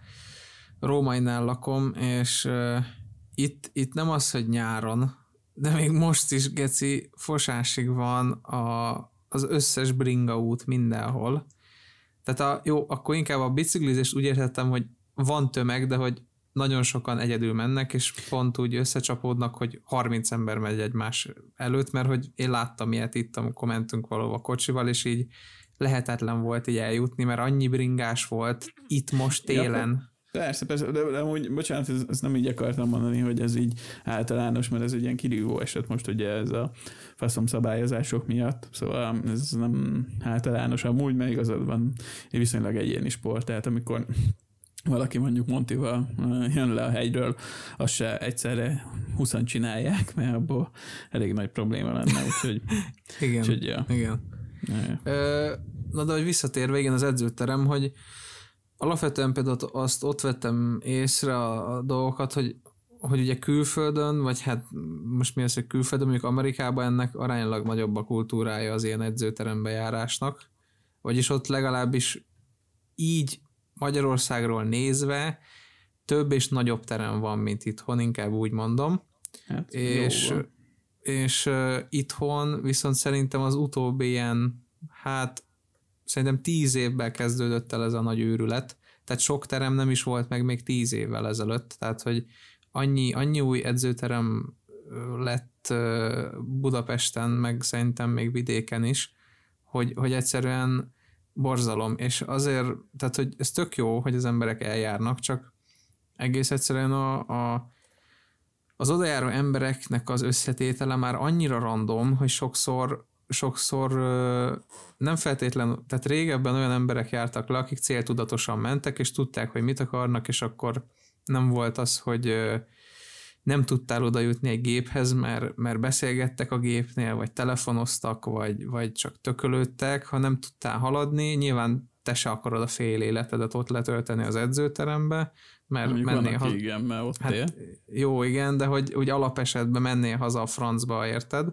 Rómainál lakom, és uh, itt, itt nem az, hogy nyáron, de még most is, geci, fosásig van a, az összes bringa út mindenhol. Tehát a, jó, akkor inkább a biciklizést úgy értettem, hogy van tömeg, de hogy nagyon sokan egyedül mennek, és pont úgy összecsapódnak, hogy harminc ember megy egymás előtt, mert hogy én láttam ilyet itt, amikor mentünk valahova kocsival, és így lehetetlen volt így eljutni, mert annyi bringás volt itt most télen. Ja. Persze, persze, de, de amúgy, bocsánat, ez, ez nem így akartam mondani, hogy ez így általános, mert ez egy ilyen kirívó eset most ugye ez a faszom szabályozások miatt, szóval ez nem általános, amúgy, mert igazad van, viszonylag egyéni sport, tehát amikor valaki mondjuk Montival jön le a hegyről, azt se egyszerre húszan csinálják, mert abból elég nagy probléma lenne, úgyhogy... igen, úgyhogy, ja. igen. Ja. Ö, na de hogy visszatérve, igen, az edzőterem, hogy alapvetően például azt ott vettem észre a, a dolgokat, hogy, hogy ugye külföldön, vagy hát most mi az, hogy külföldön, mondjuk Amerikában ennek aránylag nagyobb a kultúrája az ilyen edzőterembe járásnak, vagyis ott legalábbis így Magyarországról nézve több és nagyobb terem van, mint itthon, inkább úgy mondom. Hát, és és uh, itthon viszont szerintem az utóbbi ilyen, hát szerintem tíz évvel kezdődött el ez a nagy őrület, tehát sok terem nem is volt meg még tíz évvel ezelőtt, tehát hogy annyi, annyi új edzőterem lett Budapesten, meg szerintem még vidéken is, hogy, hogy egyszerűen borzalom, és azért, tehát hogy ez tök jó, hogy az emberek eljárnak, csak egész egyszerűen a, a az odajáró embereknek az összetétele már annyira random, hogy sokszor sokszor nem feltétlenül, tehát régebben olyan emberek jártak le, akik céltudatosan mentek, és tudták, hogy mit akarnak, és akkor nem volt az, hogy nem tudtál oda jutni egy géphez, mert, mert beszélgettek a gépnél, vagy telefonoztak, vagy, vagy csak tökölődtek, ha nem tudtál haladni, nyilván te se akarod a fél életedet ott letölteni az edzőterembe, mert mondjuk mennél haza. Igen, mert ott hát, jó, igen, de hogy úgy alapesetben mennél haza a francba, érted?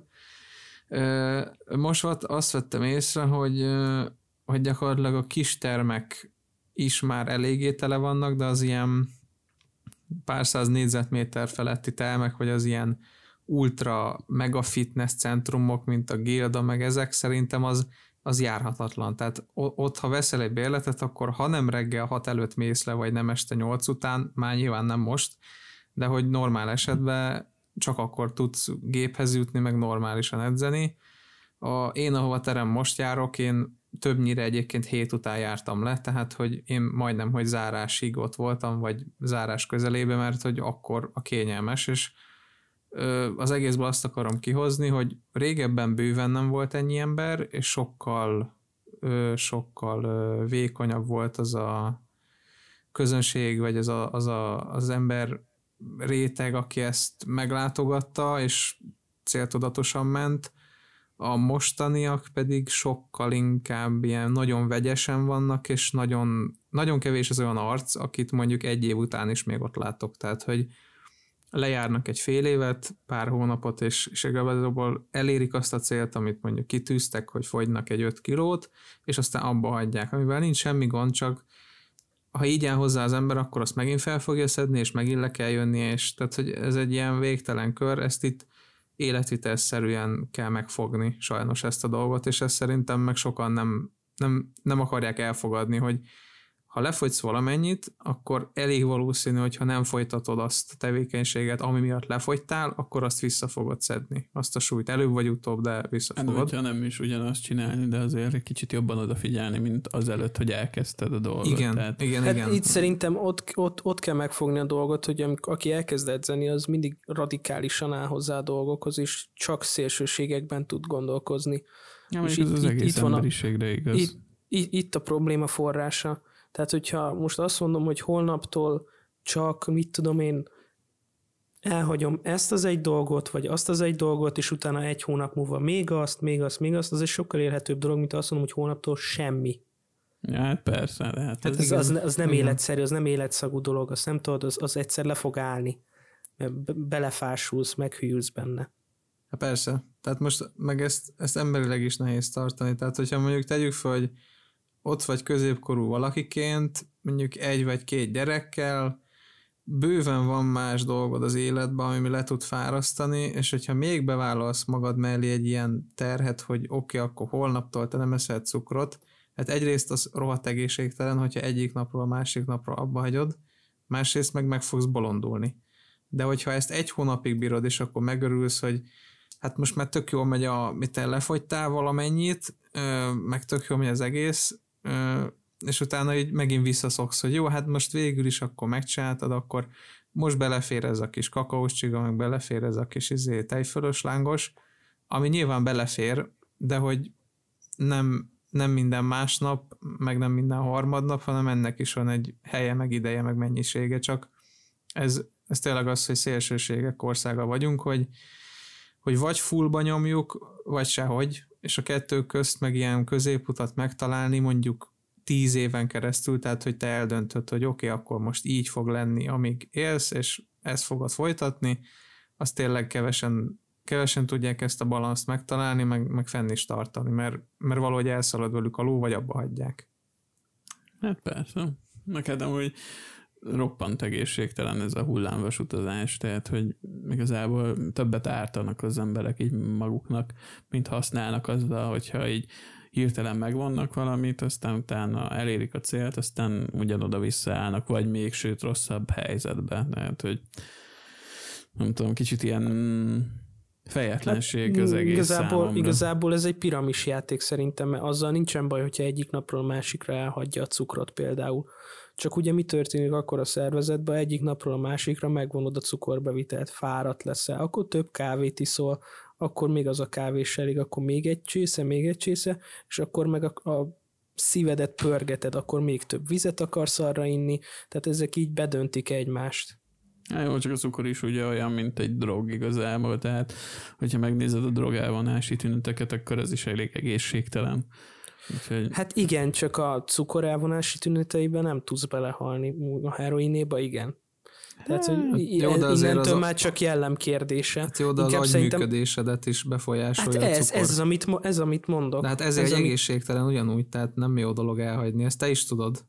Most azt vettem észre, hogy, hogy gyakorlatilag a kis termek is már eléggé tele vannak, de az ilyen pár száz négyzetméter feletti termek, vagy az ilyen ultra mega fitness centrumok, mint a Gilda, meg ezek, szerintem az, az járhatatlan. Tehát ott, ha veszel egy bérletet, akkor ha nem reggel hat előtt mész le, vagy nem este nyolc után, már nyilván nem most, de hogy normál esetben csak akkor tudsz géphez jutni, meg normálisan edzeni. A, én, ahova terem most járok, én többnyire egyébként hét után jártam le, tehát hogy én majdnem, hogy zárásig ott voltam, vagy zárás közelébe, mert hogy akkor a kényelmes, és az egészből azt akarom kihozni, hogy régebben bőven nem volt ennyi ember, és sokkal, sokkal vékonyabb volt az a közönség, vagy az a, az, a, az ember réteg, aki ezt meglátogatta, és céltudatosan ment. A mostaniak pedig sokkal inkább ilyen nagyon vegyesen vannak, és nagyon, nagyon kevés az olyan arc, akit mondjuk egy év után is még ott látok. Tehát, hogy lejárnak egy fél évet, pár hónapot, és, és igazából elérik azt a célt, amit mondjuk kitűztek, hogy fogynak egy öt kilót, és aztán abba hagyják, amivel nincs semmi gond, csak ha így áll hozzá az ember, akkor azt megint fel fogja szedni, és megint le kell jönni, és tehát, hogy ez egy ilyen végtelen kör, ezt itt életvitelszerűen kell megfogni sajnos ezt a dolgot, és ezt szerintem meg sokan nem, nem, nem akarják elfogadni, hogy ha lefogysz valamennyit, akkor elég valószínű, hogy ha nem folytatod azt a tevékenységet, ami miatt lefogytál, akkor azt vissza fogod szedni. Azt a súlyt előbb vagy utóbb, de vissza hát, fogod. hogyha nem is ugyanazt csinálni, de azért egy kicsit jobban odafigyelni, mint azelőtt, hogy elkezdted a dolgot. Igen, Tehát... igen, hát igen. Itt szerintem ott, ott, ott kell megfogni a dolgot, hogy amikor, aki elkezd edzeni, az mindig radikálisan áll hozzá a dolgokhoz, és csak szélsőségekben tud gondolkozni. Ja, és és ez itt, az itt, egész itt van a, emberiségre igaz. Itt, itt, itt a probléma forrása. Tehát, hogyha most azt mondom, hogy holnaptól csak, mit tudom én, elhagyom ezt az egy dolgot, vagy azt az egy dolgot, és utána egy hónap múlva még azt, még azt, még azt, az egy sokkal élhetőbb dolog, mint azt mondom, hogy holnaptól semmi. Ja, hát persze. De hát hát ez az, az, az nem igen. életszerű, az nem életszagú dolog, azt nem tudod, az, az egyszer le fog állni. Belefásulsz, meghűlsz benne. Hát persze. Tehát most meg ezt, ezt emberileg is nehéz tartani. Tehát, hogyha mondjuk tegyük fel, hogy ott vagy középkorú valakiként, mondjuk egy vagy két gyerekkel, bőven van más dolgod az életben, ami le tud fárasztani, és hogyha még bevállalsz magad mellé egy ilyen terhet, hogy oké, okay, akkor holnaptól te nem eszel cukrot, hát egyrészt az rohadt egészségtelen, hogyha egyik napról a másik napra abba hagyod, másrészt meg meg fogsz bolondulni. De hogyha ezt egy hónapig bírod, és akkor megörülsz, hogy hát most már tök jól megy a, mit te lefogytál valamennyit, meg tök jól megy az egész, és utána így megint visszaszoksz, hogy jó, hát most végül is akkor megcsináltad, akkor most belefér ez a kis kakaós csiga, meg belefér ez a kis izé, tejfölös lángos, ami nyilván belefér, de hogy nem, nem minden másnap, meg nem minden harmadnap, hanem ennek is van egy helye, meg ideje, meg mennyisége, csak ez, ez tényleg az, hogy szélsőségek országa vagyunk, hogy, hogy vagy fullba nyomjuk, vagy sehogy, és a kettő közt meg ilyen középutat megtalálni mondjuk tíz éven keresztül, tehát hogy te eldöntöd, hogy oké, okay, akkor most így fog lenni, amíg élsz, és ezt fogod folytatni, az tényleg kevesen, kevesen tudják ezt a balanszt megtalálni, meg, meg fenn is tartani, mert, mert valahogy elszalad velük a ló, vagy abba hagyják. Hát persze. Neked amúgy roppant egészségtelen ez a hullámvas utazás, tehát hogy igazából többet ártanak az emberek így maguknak, mint használnak azzal, hogyha így hirtelen megvannak valamit, aztán utána elérik a célt, aztán ugyanoda visszaállnak, vagy még sőt rosszabb helyzetbe. Tehát, hogy nem tudom, kicsit ilyen fejetlenség hát, az egész igazából, számomra. Igazából ez egy piramis játék szerintem, mert azzal nincsen baj, hogyha egyik napról a másikra elhagyja a cukrot például. Csak ugye mi történik akkor a szervezetben, egyik napról a másikra megvonod a cukorbevitelt, fáradt leszel, akkor több kávét iszol, akkor még az a kávés elég, akkor még egy csésze, még egy csésze, és akkor meg a, a szívedet pörgeted, akkor még több vizet akarsz arra inni, tehát ezek így bedöntik egymást. Hát jó, csak a cukor is ugye olyan, mint egy drog igazából, tehát hogyha megnézed a drog elvonási tüneteket, akkor ez is elég egészségtelen. Úgyhogy... Hát igen, csak a cukor elvonási tüneteiben nem tudsz belehalni, a heroinéba igen. Tehát, hogy jó, de innentől az már a... csak jellem kérdése. Hát jó, de az agyműködésedet is befolyásolja hát ez, a cukor. ez, amit, ez, amit mondok. De hát ez, ez egy ami... egészségtelen ugyanúgy, tehát nem jó dolog elhagyni, ezt te is tudod.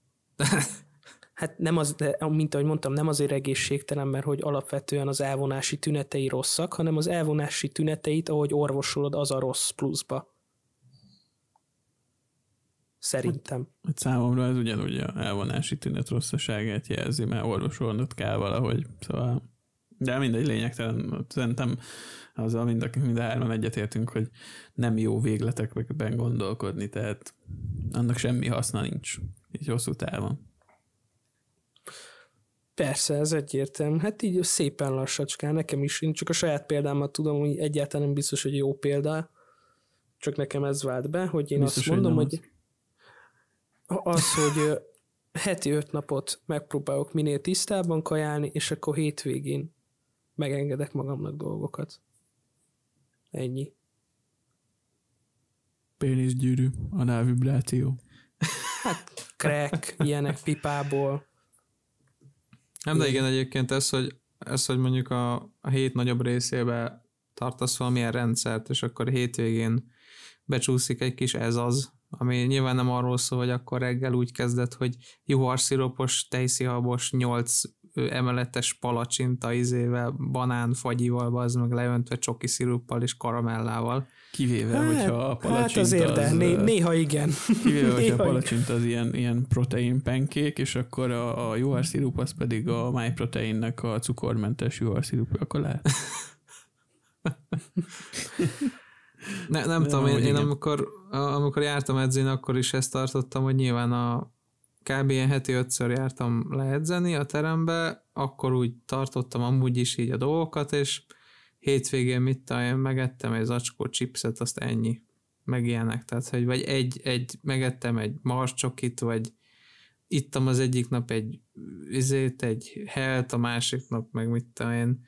Hát nem az, de, mint ahogy mondtam, nem azért egészségtelen, mert hogy alapvetően az elvonási tünetei rosszak, hanem az elvonási tüneteit, ahogy orvosolod, az a rossz pluszba. Szerintem. Hát számomra ez ugyanúgy a elvonási tünet rosszaságát jelzi, mert orvosolnod kell valahogy. Szóval De mindegy, lényegtelen. Szerintem azzal mind a, mind a hárman egyetértünk, hogy nem jó végletekben gondolkodni, tehát annak semmi haszna nincs, így hosszú távon. Persze, ez egyértelmű. Hát így szépen lassacskán, nekem is. Én csak a saját példámat tudom, hogy egyáltalán nem biztos, hogy jó példa, csak nekem ez vált be, hogy én biztos, azt mondom, hogy, hogy az, hogy heti öt napot megpróbálok minél tisztában kajálni, és akkor hétvégén megengedek magamnak dolgokat. Ennyi. Péniszgyűrű, análvibráció. Hát crack, ilyenek pipából. Nem, de igen, egyébként ez, hogy, ez, hogy mondjuk a, a hét nagyobb részébe tartasz valamilyen rendszert, és akkor hétvégén becsúszik egy kis ez az, ami nyilván nem arról szól, hogy akkor reggel úgy kezdett, hogy juharszirupos, tejszihabos, nyolc emeletes palacsinta izével, banán, fagyival, az meg leöntve csoki sziruppal és karamellával. Kivéve, hát, hogyha a palacsinta hát azért, az, né- néha igen. Kivéve, hogyha néha a palacsinta az ilyen, ilyen protein pancake, és akkor a, a juharszirup az pedig a MyProteinnek a cukormentes juharszirup, akkor lehet. Ne, nem De tudom, én, én amikor, amikor jártam edzeni, akkor is ezt tartottam, hogy nyilván a kb. Ilyen heti ötször jártam leedzeni a terembe, akkor úgy tartottam amúgy is így a dolgokat, és hétvégén mit tudom, én megettem egy zacskó chipset, azt ennyi, meg ilyenek, tehát hogy vagy egy, egy megettem egy marscsokit, vagy ittam az egyik nap egy izét, egy helt, a másik nap meg mit tudom én,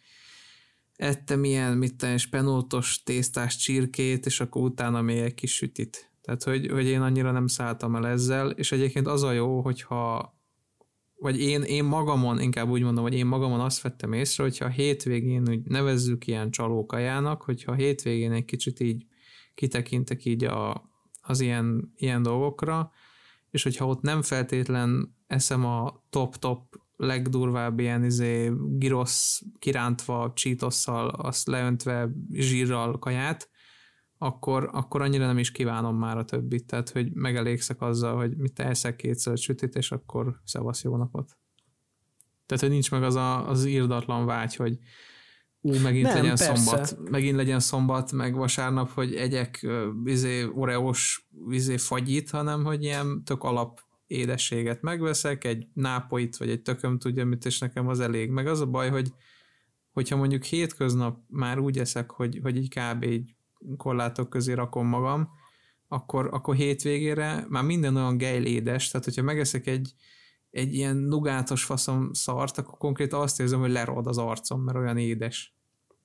ettem ilyen, mit tudom, spenótos tésztás csirkét, és akkor utána még egy kis sütit. Tehát, hogy, hogy én annyira nem szálltam el ezzel, és egyébként az a jó, hogyha, vagy én, én magamon, inkább úgy mondom, hogy én magamon azt vettem észre, hogyha a hétvégén, úgy nevezzük ilyen csalókajának, hogyha a hétvégén egy kicsit így kitekintek így a, az ilyen, ilyen dolgokra, és hogyha ott nem feltétlen eszem a top-top legdurvább ilyen izé, girosz kirántva, csítosszal, azt leöntve zsírral kaját, akkor, akkor annyira nem is kívánom már a többit. Tehát, hogy megelégszek azzal, hogy mit eszek kétszer sütit, és akkor szevasz, jó napot. Tehát, hogy nincs meg az a, az irdatlan vágy, hogy ú, megint nem, legyen persze. szombat, megint legyen szombat, meg vasárnap, hogy egyek izé, oreós izé, fagyit, hanem, hogy ilyen tök alap édességet megveszek, egy nápoit, vagy egy tököm tudja mit, és nekem az elég. Meg az a baj, hogy hogyha mondjuk hétköznap már úgy eszek, hogy, hogy így kb. Így korlátok közé rakom magam, akkor, akkor hétvégére már minden olyan gejl édes, tehát hogyha megeszek egy, egy ilyen nugátos faszom szart, akkor konkrétan azt érzem, hogy lerod az arcom, mert olyan édes.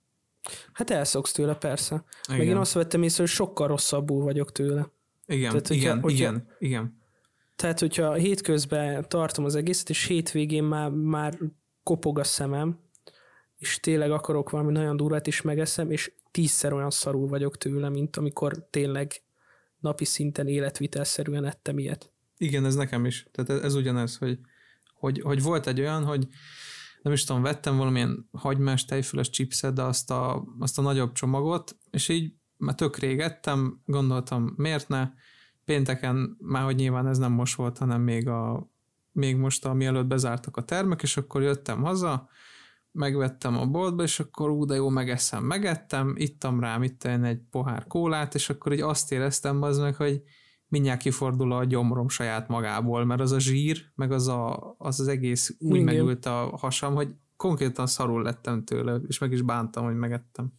Hát elszoksz tőle, persze. Igen. Meg én azt vettem észre, hogy sokkal rosszabbul vagyok tőle. Igen, tehát, igen, hogyha, igen, hogyha, igen. Tehát, hogyha hétközben tartom az egészet, és hétvégén már, már kopog a szemem, és tényleg akarok valami nagyon durvát is megeszem, és tízszer olyan szarul vagyok tőle, mint amikor tényleg napi szinten életvitelszerűen ettem ilyet. Igen, ez nekem is. Tehát ez, ez ugyanez, hogy, hogy, hogy volt egy olyan, hogy nem is tudom, vettem valamilyen hagymás, tejföles chipset, de azt a, azt a nagyobb csomagot, és így már tök rég ettem, gondoltam, miért ne? Pénteken, már hogy nyilván ez nem most volt, hanem még, a, még most, a, mielőtt bezártak a termek, és akkor jöttem haza, megvettem a boltba, és akkor ú, de jó, megeszem, megettem, ittam rá, ittam egy pohár kólát, és akkor így azt éreztem az meg, hogy mindjárt kifordul a gyomrom saját magából, mert az a zsír, meg az a, az, az egész úgy Igen. megült a hasam, hogy konkrétan szarul lettem tőle, és meg is bántam, hogy megettem.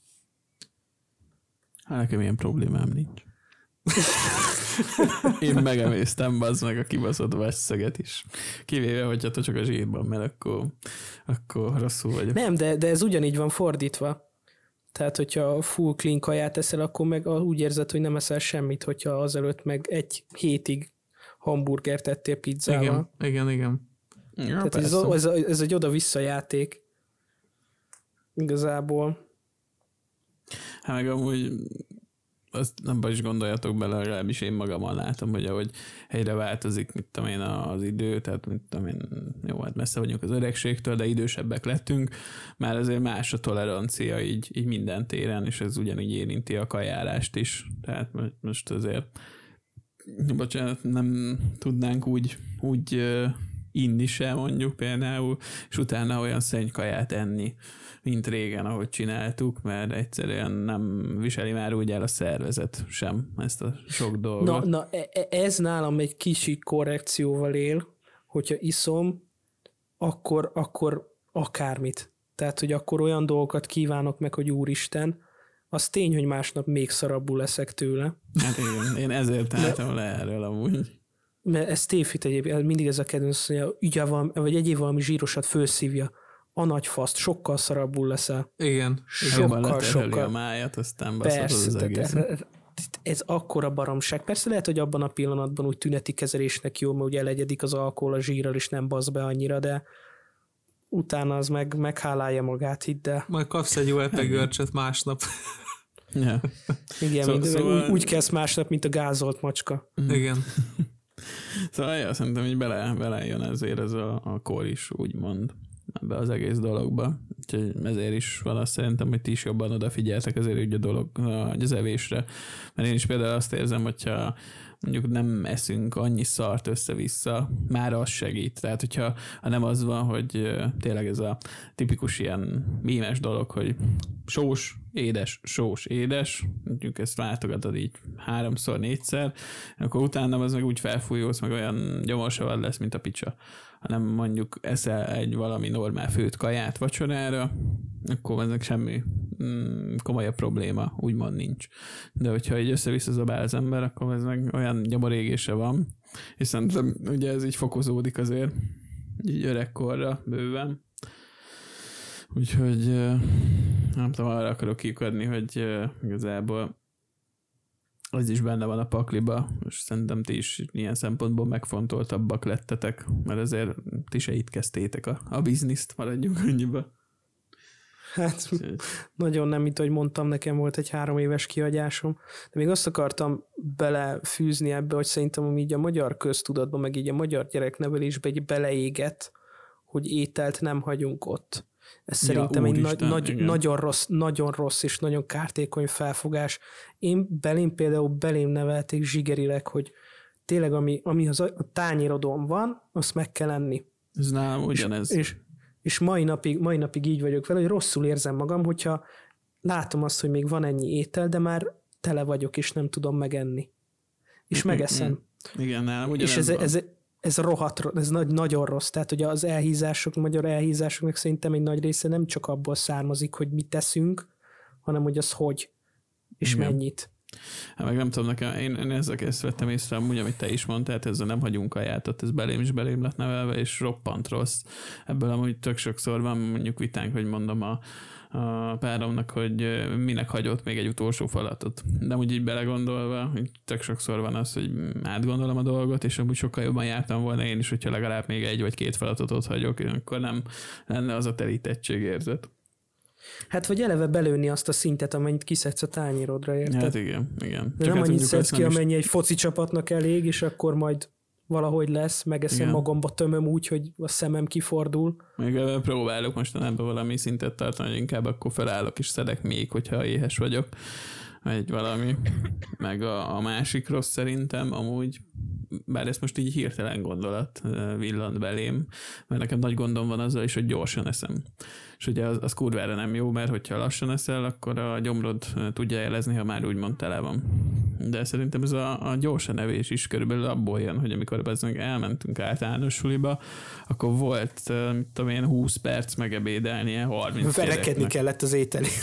Hát nekem ilyen problémám nincs. Én megemésztem, bazd meg a kibaszott vasszeget is. Kivéve, hogyha csak a zsírban, mert akkor, akkor rosszul vagyok. Nem, de, de ez ugyanígy van fordítva. Tehát, hogyha full clean kaját eszel, akkor meg úgy érzed, hogy nem eszel semmit, hogyha azelőtt meg egy hétig hamburgert ettél pizzával. Igen, igen, igen. Ja, Tehát ez, ez, ez egy oda-vissza játék. Igazából. Hát meg amúgy azt nem is gondoljatok bele, legalábbis én magammal látom, hogy ahogy helyre változik, mit tudom én, az idő, tehát mit tudom én, jó, hát messze vagyunk az öregségtől, de idősebbek lettünk, már azért más a tolerancia így, így minden téren, és ez ugyanígy érinti a kajálást is. Tehát most azért, bocsánat, nem tudnánk úgy, úgy inni se mondjuk például, és utána olyan szennykaját enni, mint régen, ahogy csináltuk, mert egyszerűen nem viseli már úgy el a szervezet sem ezt a sok dolgot. Na, na ez nálam egy kicsi korrekcióval él, hogyha iszom, akkor, akkor akármit. Tehát, hogy akkor olyan dolgokat kívánok meg, hogy úristen, az tény, hogy másnap még szarabbul leszek tőle. Hát igen, én ezért álltam le erről amúgy. Mert ez tévhit egyébként, mindig ez a kedvenc, hogy ügyel valami, vagy egyéb valami zsírosat fölszívja, a nagy faszt, sokkal szarabbul leszel. Igen. Sokkal, sokkal. a májat, aztán baszhatod az egész. Ez akkora baromság. Persze lehet, hogy abban a pillanatban úgy tüneti kezelésnek jó, mert ugye elegyedik az alkohol a zsírral, és nem basz be annyira, de utána az meg meghálálja magát, hidd el. Majd kapsz egy jó epegörcsöt másnap. Ja. Igen, Szó, mind, szóval... úgy, úgy kezd másnap, mint a gázolt macska. Igen. Szóval ja, szerintem így bele, belejön ezért ez a, a kor is, úgymond, ebbe az egész dologba. Úgyhogy ezért is van azt szerintem, hogy ti is jobban odafigyeltek azért úgy a dolog, az evésre. Mert én is például azt érzem, hogyha mondjuk nem eszünk annyi szart össze-vissza, már az segít. Tehát, hogyha ha nem az van, hogy tényleg ez a tipikus ilyen mímes dolog, hogy sós, édes, sós, édes, mondjuk ezt váltogatod így háromszor, négyszer, akkor utána az meg úgy felfújósz, meg olyan gyomorsavad lesz, mint a picsa. Hanem mondjuk eszel egy valami normál főtt kaját vacsorára, akkor ennek semmi mm, komolyabb probléma, úgymond nincs. De hogyha így össze-vissza zabál az ember, akkor ez meg olyan gyomorégése van, hiszen ugye ez így fokozódik azért, így öregkorra bőven. Úgyhogy nem tudom, arra akarok kiukadni, hogy igazából az is benne van a pakliba, és szerintem ti is ilyen szempontból megfontoltabbak lettetek, mert azért ti se itt kezdtétek a, a bizniszt, maradjunk annyiba. Hát nagyon nem, mint ahogy mondtam, nekem volt egy három éves kihagyásom, de még azt akartam belefűzni ebbe, hogy szerintem így a magyar köztudatban, meg így a magyar gyereknevelésben egy beleégett, hogy ételt nem hagyunk ott. Ez ja, szerintem egy nagy, nagy, nagyon, rossz, nagyon rossz és nagyon kártékony felfogás. Én belém például belém nevelték zsigerileg, hogy tényleg ami, ami az a tányérodon van, azt meg kell enni. Ez nálam ugyanez. És, és, és mai, napig, mai napig így vagyok vele, hogy rosszul érzem magam, hogyha látom azt, hogy még van ennyi étel, de már tele vagyok, és nem tudom megenni. És megeszem. Igen, nálam ugyanez és ez, van. ez, ez rohadt, ez nagy, nagyon rossz. Tehát, hogy az elhízások, magyar elhízásoknak szerintem egy nagy része nem csak abból származik, hogy mit teszünk, hanem hogy az hogy, és igen. mennyit. Hát meg nem tudom, nekem, én, én ezzel ezt vettem észre, amúgy, amit te is mondtál, ezzel nem hagyunk kajátot, ez belém is belém lett nevelve, és roppant rossz. Ebből amúgy tök sokszor van mondjuk vitánk, hogy mondom a, a páromnak, hogy minek hagyott még egy utolsó falatot. De úgy így belegondolva, hogy tök sokszor van az, hogy átgondolom a dolgot, és amúgy sokkal jobban jártam volna én is, hogyha legalább még egy vagy két falatot ott hagyok, akkor nem lenne az a terítettség érzet. Hát vagy eleve belőni azt a szintet, amennyit kiszedsz a tányérodra, érted? Hát igen, igen. De Csak nem hát annyit szedsz ki, is... amennyi egy foci csapatnak elég, és akkor majd valahogy lesz, megeszem igen. magamba tömöm úgy, hogy a szemem kifordul. Még próbálok mostanában valami szintet tartani, hogy inkább akkor felállok és szedek még, hogyha éhes vagyok. Vagy valami. Meg a, a másik rossz szerintem amúgy, bár ezt most így hirtelen gondolat villant belém, mert nekem nagy gondom van azzal is, hogy gyorsan eszem. És ugye az, az kurvára nem jó, mert hogyha lassan eszel, akkor a gyomrod tudja jelezni, ha már úgymond tele van. De szerintem ez a, a gyorsan evés is körülbelül abból jön, hogy amikor elmentünk általános suliba, akkor volt, mit tudom én, húsz perc megebédelni, harminc Verekedni kellett az ételért.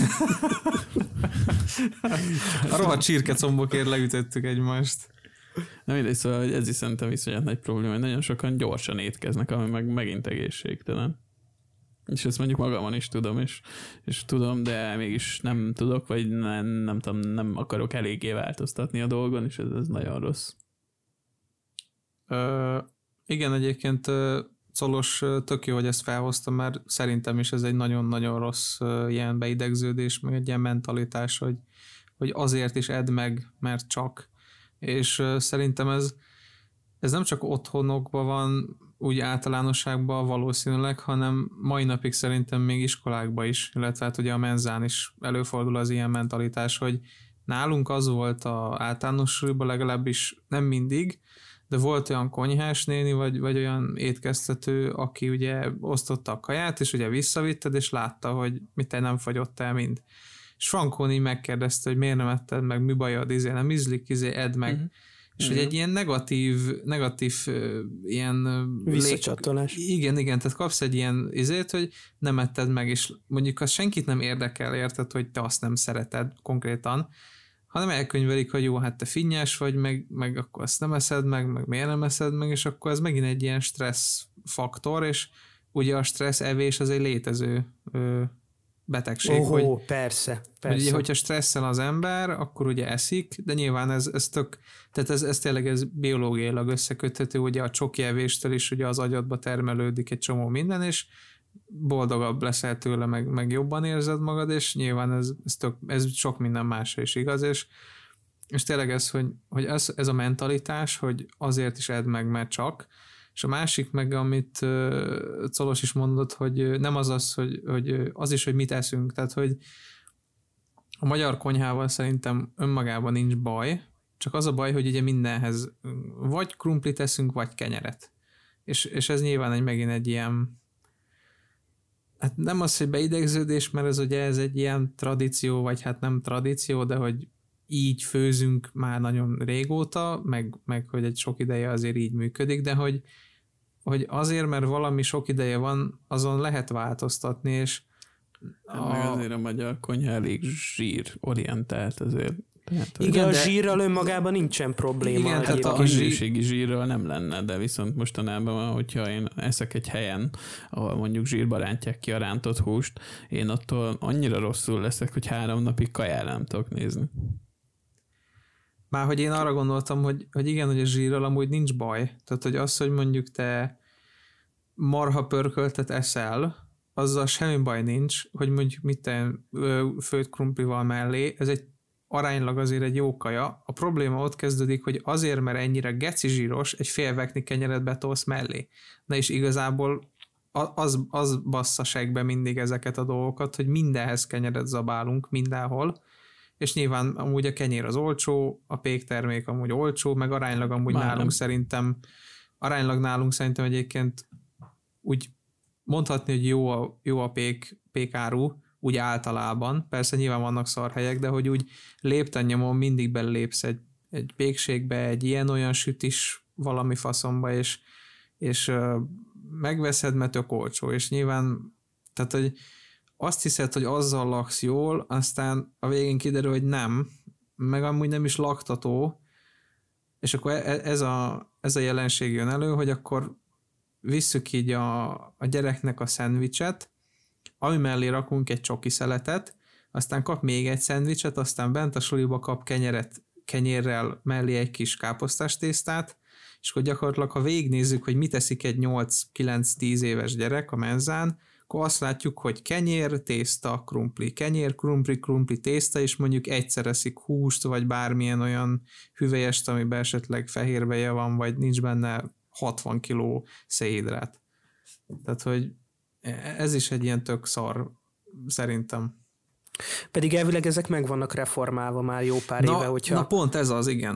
A rohadt csirkecombokért leütöttük egymást. Na mindegy, szóval ez is szerintem viszonylag nagy probléma, hogy nagyon sokan gyorsan étkeznek, ami meg megint egészségtelen. És ezt mondjuk magamon is tudom, és, és tudom, de mégis nem tudok, vagy nem, nem tudom, nem akarok eléggé változtatni a dolgon, és ez, ez nagyon rossz. Ö, igen, egyébként Colos, tök jó, hogy ezt felhoztam, mert szerintem is ez egy nagyon-nagyon rossz ilyen beidegződés, meg egy ilyen mentalitás, hogy, hogy azért is edd meg, mert csak. És szerintem ez, ez nem csak otthonokban van, úgy általánosságban valószínűleg, hanem mai napig szerintem még iskolákban is, illetve hát ugye a menzán is előfordul az ilyen mentalitás, hogy nálunk az volt a általános suliban legalábbis nem mindig, de volt olyan konyhás néni, vagy, vagy olyan étkeztető, aki ugye osztotta a kaját, és ugye visszavitted, és látta, hogy mit te nem fagyott el mind. És Frankón így megkérdezte, hogy miért nem etted meg, mi bajod, izé, nem ízlik, izé, edd meg. Uh-huh. És uh-huh. hogy egy ilyen negatív, negatív uh, ilyen... Visszacsatolás. Lé... Igen, igen, tehát kapsz egy ilyen izét, hogy nem etted meg, és mondjuk az senkit nem érdekel, érted, hogy te azt nem szereted konkrétan, hanem elkönyvelik, hogy jó, hát te finnyás vagy, meg, meg akkor azt nem eszed meg, meg miért nem eszed meg, és akkor ez megint egy ilyen stressz faktor, és ugye a stressz evés az egy létező ö, betegség. Ó, hogy, persze, persze. Hogy ugye, hogyha stresszel az ember, akkor ugye eszik, de nyilván ez, ez tök, tehát ez, ez tényleg ez biológiailag összeköthető, ugye a csoki evéstől is ugye az agyadba termelődik egy csomó minden, és boldogabb leszel tőle, meg, meg jobban érzed magad, és nyilván ez, ez, tök, ez sok minden másra is igaz, és, és tényleg ez, hogy, hogy ez, ez a mentalitás, hogy azért is edd meg, mert csak, és a másik meg, amit uh, Colos is mondott, hogy nem az az, hogy, hogy az is, hogy mit eszünk, tehát, hogy a magyar konyhával szerintem önmagában nincs baj, csak az a baj, hogy ugye mindenhez vagy krumplit eszünk, vagy kenyeret. És, és ez nyilván egy megint egy ilyen, hát nem az, hogy beidegződés, mert ez ugye ez egy ilyen tradíció, vagy hát nem tradíció, de hogy így főzünk már nagyon régóta, meg, meg hogy egy sok ideje azért így működik, de hogy, hogy azért, mert valami sok ideje van, azon lehet változtatni, és a... meg azért a magyar konyha elég zsírorientált azért. Tehát, igen, de... a zsírral önmagában nincsen probléma. Igen, tehát a minőségi zsírral nem lenne, de viszont mostanában, hogyha én eszek egy helyen, ahol mondjuk zsírba rántják ki a rántott húst, én attól annyira rosszul leszek, hogy három napig kajára nem tudok nézni. Már hogy én arra gondoltam, hogy, hogy igen, hogy a zsírral amúgy nincs baj. Tehát, hogy az, hogy mondjuk te marha pörköltet eszel, azzal semmi baj nincs, hogy mondjuk mit te főtt krumplival mellé, ez egy aránylag azért egy jó kaja. A probléma ott kezdődik, hogy azért, mert ennyire geci zsíros, egy félvekni kenyeret betolsz mellé. Na és igazából az, az bassza segbe mindig ezeket a dolgokat, hogy mindenhez kenyeret zabálunk, mindenhol, és nyilván amúgy a kenyér az olcsó, a péktermék amúgy olcsó, meg aránylag amúgy Már nálunk nem. szerintem, aránylag nálunk szerintem egyébként úgy mondhatni, hogy jó a, jó a pék, pékáru, úgy általában, persze nyilván vannak szarhelyek, de hogy úgy lépten nyomon mindig belépsz egy, egy pékségbe, egy ilyen-olyan sütis valami faszomba, és, és uh, megveszed, mert tök olcsó, és nyilván, tehát, hogy azt hiszed, hogy azzal laksz jól, aztán a végén kiderül, hogy nem, meg amúgy nem is laktató, és akkor ez a, ez a jelenség jön elő, hogy akkor visszük így a, a gyereknek a szendvicset, ami mellé rakunk egy csoki szeletet, aztán kap még egy szendvicset, aztán bent a suliba kap kenyeret, kenyérrel mellé egy kis káposztás tésztát, és akkor gyakorlatilag, ha végignézzük, hogy mit eszik egy nyolc-kilenc-tíz éves gyerek a menzán, akkor azt látjuk, hogy kenyér, tészta, krumpli, kenyér, krumpli, krumpli, tészta, és mondjuk egyszer eszik húst, vagy bármilyen olyan hüvelyest, amiben esetleg fehérveje van, vagy nincs benne hatvan kiló szénhidrát. Tehát, hogy ez is egy ilyen tök szar, szerintem. Pedig elvileg ezek meg vannak reformálva már jó pár na, éve, hogyha... Na pont ez az, igen.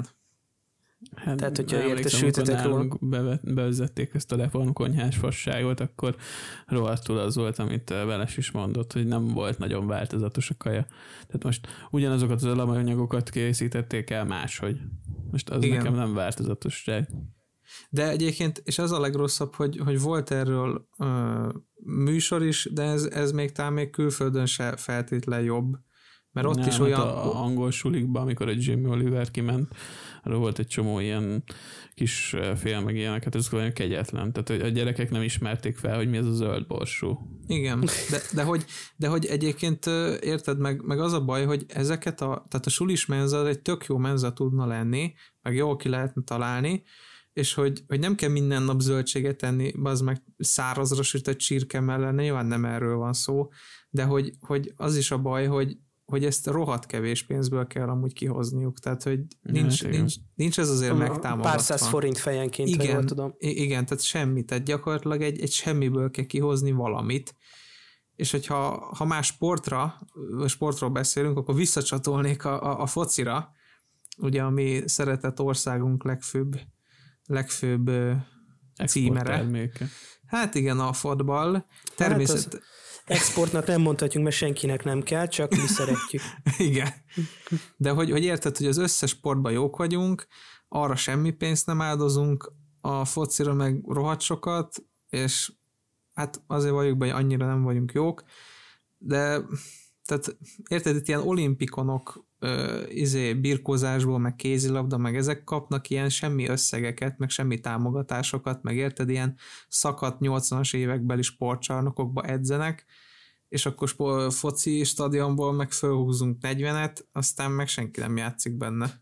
Hát, tehát, hogyha értesültetek róla. Be, bevezették ezt a reformkonyhás fasságot, akkor rohadtul az volt, amit Veles is mondott, hogy nem volt nagyon változatos a kaja. Tehát most ugyanazokat az alapanyagokat készítették el máshogy. Most az igen. Nekem nem változatos rá. De egyébként, és ez a legrosszabb, hogy, hogy volt erről uh, műsor is, de ez, ez még talán még külföldön se feltétlen jobb. Mert ott nem, is olyan... A angol sulikban, amikor egy Jamie Oliver kiment, arról volt egy csomó ilyen kis film, meg ilyeneket, ez olyan kegyetlen. Tehát a gyerekek nem ismerték fel, hogy mi ez a zöld borsó. Igen, de, de, hogy, de hogy egyébként érted, meg, meg az a baj, hogy ezeket a... Tehát a sulis menza az egy tök jó menza tudna lenni, meg jól ki lehetne találni, és hogy, hogy nem kell minden nap zöldséget tenni, az meg szárazra sütött csirke mellett, nyilván nem erről van szó, de hogy, hogy az is a baj, hogy, hogy ezt rohadt kevés pénzből kell amúgy kihozniuk, tehát hogy nincs, ja, nincs, nincs ez azért megtámogatva. Pár száz forint fejenként, igen, jól tudom. Igen, tehát semmi, tehát gyakorlatilag egy, egy semmiből kell kihozni valamit, és hogyha ha más sportra, sportról beszélünk, akkor visszacsatolnék a, a, a focira, ugye, ami szeretett országunk legfőbb legfőbb címere. Hát igen, a fotball. Természet... Hát exportnak nem mondhatjuk, mert senkinek nem kell, csak mi szeretjük. Igen. De hogy, hogy érted, hogy az összes sportban jók vagyunk, arra semmi pénzt nem áldozunk, a focira meg rohadt sokat, és hát azért vagyunk be, hogy annyira nem vagyunk jók, de tehát érted, itt ilyen olimpikonok ö, izé, birkózásból, meg kézilabda, meg ezek kapnak ilyen semmi összegeket, meg semmi támogatásokat, meg érted, ilyen szakadt nyolcvanas évekbeli sportcsarnokokba edzenek, és akkor sport, foci stadionból meg fölhúzunk negyvenet, aztán meg senki nem játszik benne.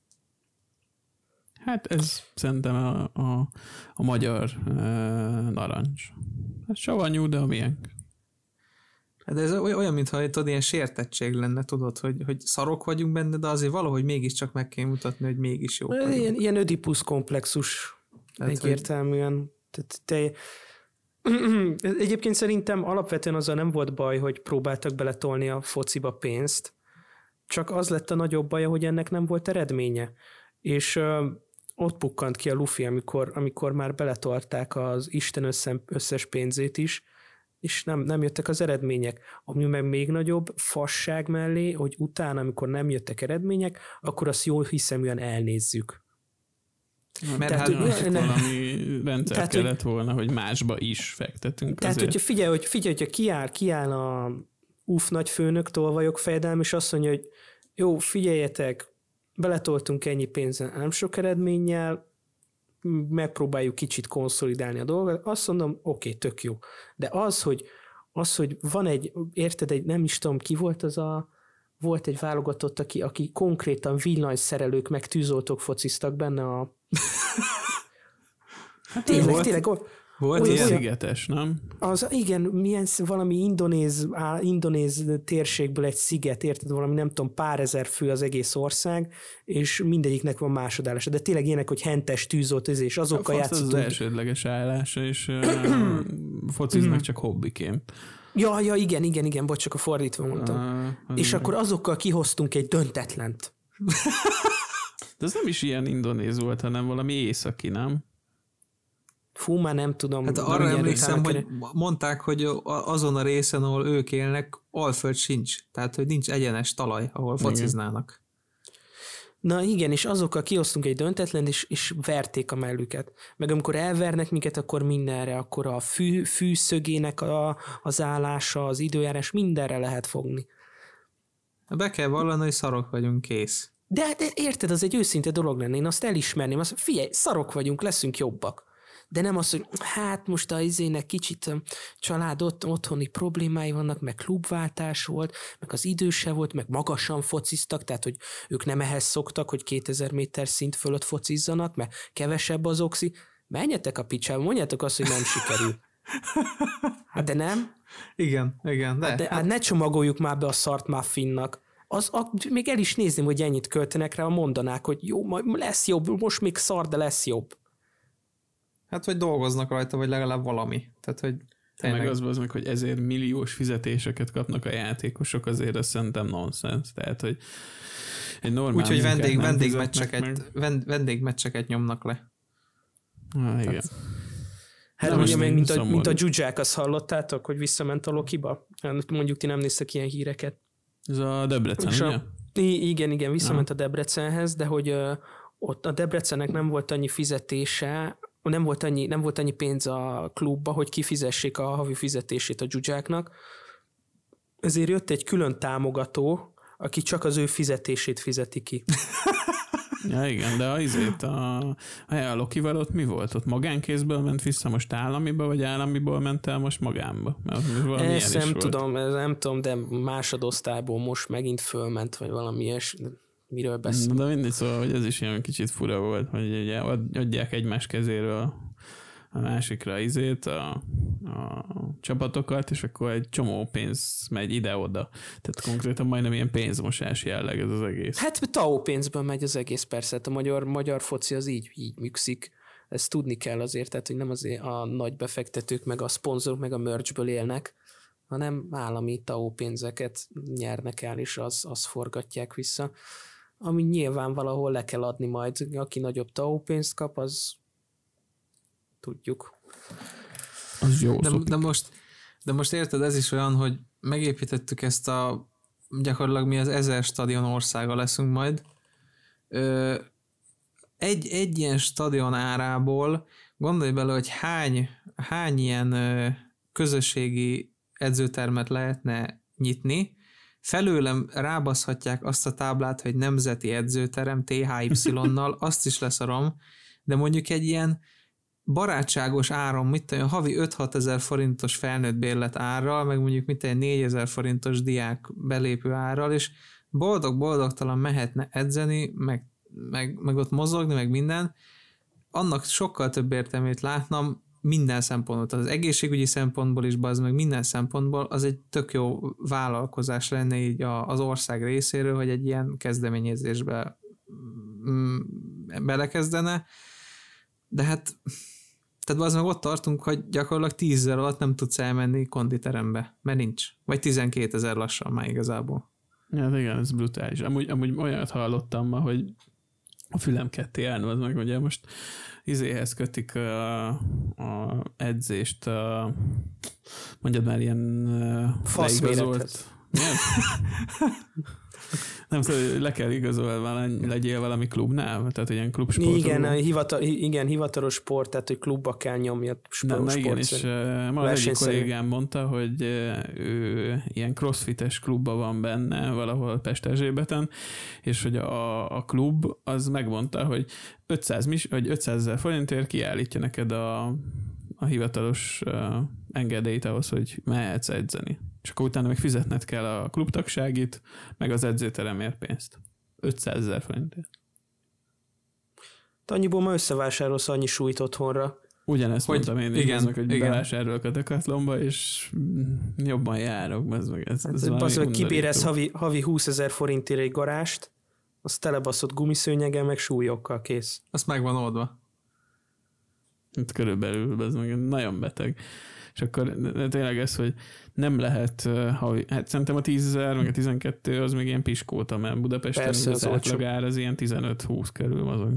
Hát ez szerintem a, a, a magyar e, narancs. Ez savanyú, de a miénk. De ez olyan, mintha tudod, ilyen sértettség lenne, tudod, hogy, hogy szarok vagyunk benne, de azért valahogy mégiscsak meg kell mutatni, hogy mégis jók vagyunk. Ilyen, ilyen ödipusz komplexus tehát, egyértelműen. Hogy... Tehát te... Egyébként szerintem alapvetően azzal nem volt baj, hogy próbáltak beletolni a fociba pénzt, csak az lett a nagyobb baja, hogy ennek nem volt eredménye. És ö, ott pukkant ki a lufi, amikor, amikor már beletolták az Isten összes pénzét is, és nem, nem jöttek az eredmények. Ami meg még nagyobb fasság mellé, hogy utána, amikor nem jöttek eredmények, akkor azt jól hiszeműen elnézzük. Mert tehát, hát hogy, valami rendszer tehát, kellett hogy, volna, hogy másba is fektetünk. Tehát, azért. hogyha figyelj, hogy figyelj, hogyha kiáll, kiáll a uf nagyfőnök, tolvajok fejedelm, és azt mondja, hogy jó, figyeljetek, beletoltunk ennyi pénzen, nem sok eredménnyel, megpróbáljuk kicsit konszolidálni a dolgot, azt mondom, oké, tök jó. De az, hogy, az, hogy van egy, érted, egy, nem is tudom, ki volt az a, volt egy válogatott, aki, aki konkrétan villanyszerelők meg tűzoltók fociztak benne a... Hát tényleg, volt, tényleg. Volt ilyen szigetes, nem? Az, igen, milyen valami indonéz, á, indonéz térségből egy sziget, érted, valami nem tudom, pár ezer fő az egész ország, és mindegyiknek van másodállása. De tényleg ilyenek, hogy hentes tűzolt, és azokkal játszottunk. Az az elsődleges állása, és uh, fociznak csak hobbiként. Ja, ja, igen, igen, igen, bocs, csak a fordítva mondtam. Uh, és akkor azokkal kihoztunk egy döntetlent. De ez nem is ilyen indonéz volt, hanem valami északi, nem? Fú, már nem tudom. Hát arra emlékszem, hogy mondták, hogy azon a részen, ahol ők élnek, alföld sincs. Tehát, hogy nincs egyenes talaj, ahol fociznának. Na igen, és azokkal kiosztunk egy döntetlen, és, és verték a mellüket. Meg amikor elvernek minket, akkor mindenre, akkor a fű, fűszögének a, az állása, az időjárás, mindenre lehet fogni. Be kell vallani, hogy szarok vagyunk, kész. De, de érted, az egy őszinte dolog lenne, én azt elismerném, azt figyelj, szarok vagyunk, leszünk jobbak. De nem az, hogy hát most a izének kicsit család ott, otthoni problémái vannak, meg klubváltás volt, meg az idő se volt, meg magasan fociztak, tehát hogy ők nem ehhez szoktak, hogy kétezer méter szint fölött focizzanak, mert kevesebb az oxi. Menjetek a picsába, mondjátok azt, hogy nem sikerül. Hát de nem? Igen, igen. De. Hát, de, hát ne csomagoljuk már be a szart muffinnak. Az, a, még el is nézném, hogy ennyit költenek rá, mondanák, hogy jó, majd lesz jobb, most még szar, de lesz jobb. Hát, vagy dolgoznak rajta, vagy legalább valami. Tehát, hogy tényleg... Meg az az meg, hogy ezért milliós fizetéseket kapnak a játékosok, azért ez szerintem nonsens. Tehát, hogy egy normál... Úgyhogy vendég, vendégmeccseket, vend, vendégmeccseket nyomnak le. Ah, igen. Tehát, hát ugye még, mint a, mint a dzsuzsák, azt hallottátok, hogy visszament a Lokiba? Mondjuk ti nem néztek ilyen híreket. Ez a Debrecen, ugye? A, igen, igen, visszament ah. a Debrecenhez, de hogy uh, ott a Debrecennek nem volt annyi fizetése, nem volt annyi, nem volt annyi pénz a klubba, hogy kifizessék a havi fizetését a dzsuzsáknak. Ezért jött egy külön támogató, aki csak az ő fizetését fizeti ki. Ja igen, de azért a, a Lokival ott mi volt? Ott magánkézből ment vissza most államiba, vagy államiból ment el most magánba? Ezt nem tudom, ez nem tudom, de másodosztályból most megint fölment, vagy valami ilyes. Miről beszél? De mindig szóval, hogy ez is ilyen kicsit fura volt, hogy ugye adják egymás kezéről a másikra izét, a, a csapatokat, és akkor egy csomó pénz megy ide-oda. Tehát konkrétan majdnem ilyen pénzmosás jelleg ez az egész. Hát tau pénzből megy az egész, persze. Hát a magyar, magyar foci az így, így műkszik. Ezt tudni kell azért, tehát hogy nem azért a nagy befektetők, meg a szponzorok, meg a merchből élnek, hanem állami tau pénzeket nyernek el, és az, az forgatják vissza. Ami nyilván valahol le kell adni majd, aki nagyobb tau pénzt kap, az tudjuk. Az jó de, szopik. de, most, de most érted, ez is olyan, hogy megépítettük ezt a, gyakorlatilag mi az ezer stadion országa leszünk majd. Ö, egy, egy ilyen stadion árából gondolj bele, hogy hány, hány ilyen ö, közösségi edzőtermet lehetne nyitni, felőlem rábaszhatják azt a táblát, hogy nemzeti edzőterem té há ipszilonnal, azt is leszarom, de mondjuk egy ilyen barátságos áron, mit tudom, havi öt-hat ezer forintos felnőtt bérlet árral, meg mondjuk mit tudom, négyezer forintos diák belépő árral, és boldog-boldogtalan mehetne edzeni, meg, meg, meg ott mozogni, meg minden, annak sokkal több értelmét látnam minden szempontból, tehát az egészségügyi szempontból is, az meg minden szempontból, az egy tök jó vállalkozás lenne így az ország részéről, hogy egy ilyen kezdeményezésbe belekezdene, de hát tehát az meg ott tartunk, hogy gyakorlatilag tízezer alatt nem tudsz elmenni konditerembe, mert nincs. Vagy tizenkétezer lassan már igazából. Ja, igen, ez brutális. Amúgy, amúgy olyat hallottam ma, hogy a fülem ketté állna, az meg ugye most izéhez kötik a, a edzést, a, mondjad már ilyen faszmérethez. Nem tudom, le kell igazolva, legyél valami klubnál? Tehát ilyen klubsportoló. Igen, hivatal, igen, hivatalos sport, tehát hogy klubba kell nyomni a sport. Na, na igen, és ma az egyik kollégám mondta, hogy ő ilyen crossfites klubban van benne, valahol Pesterzsébeten, és hogy a, a klub az megmondta, hogy ötszáz vagy ötszázezer forintért kiállítja neked a, a hivatalos engedélyt ahhoz, hogy mehetsz edzeni. És akkor utána még fizetned kell a klubtagságit, meg az edzőteremért pénzt. ötszázezer forintért. Annyiból ma összevásárolsz annyi súlyt otthonra. Ugyanezt hogy, mondtam én, igen, aznak, hogy igen. bevásárolok a Decathlonba, és jobban járok. Ez, ez, hát, ez az, hogy kibérez havi, havi húszezer forintért egy garást, az telebaszott gumiszőnyegen, meg súlyokkal kész. Azt meg van oldva. Itt körülbelül, ez meg nagyon beteg. És akkor tényleg ez, hogy nem lehet, havi, hát szerintem a tízezer, meg a tizenkettő az még ilyen piskóta, mert Budapesten persze, az, az átlagár az ilyen tizenöt-húsz körül mozog.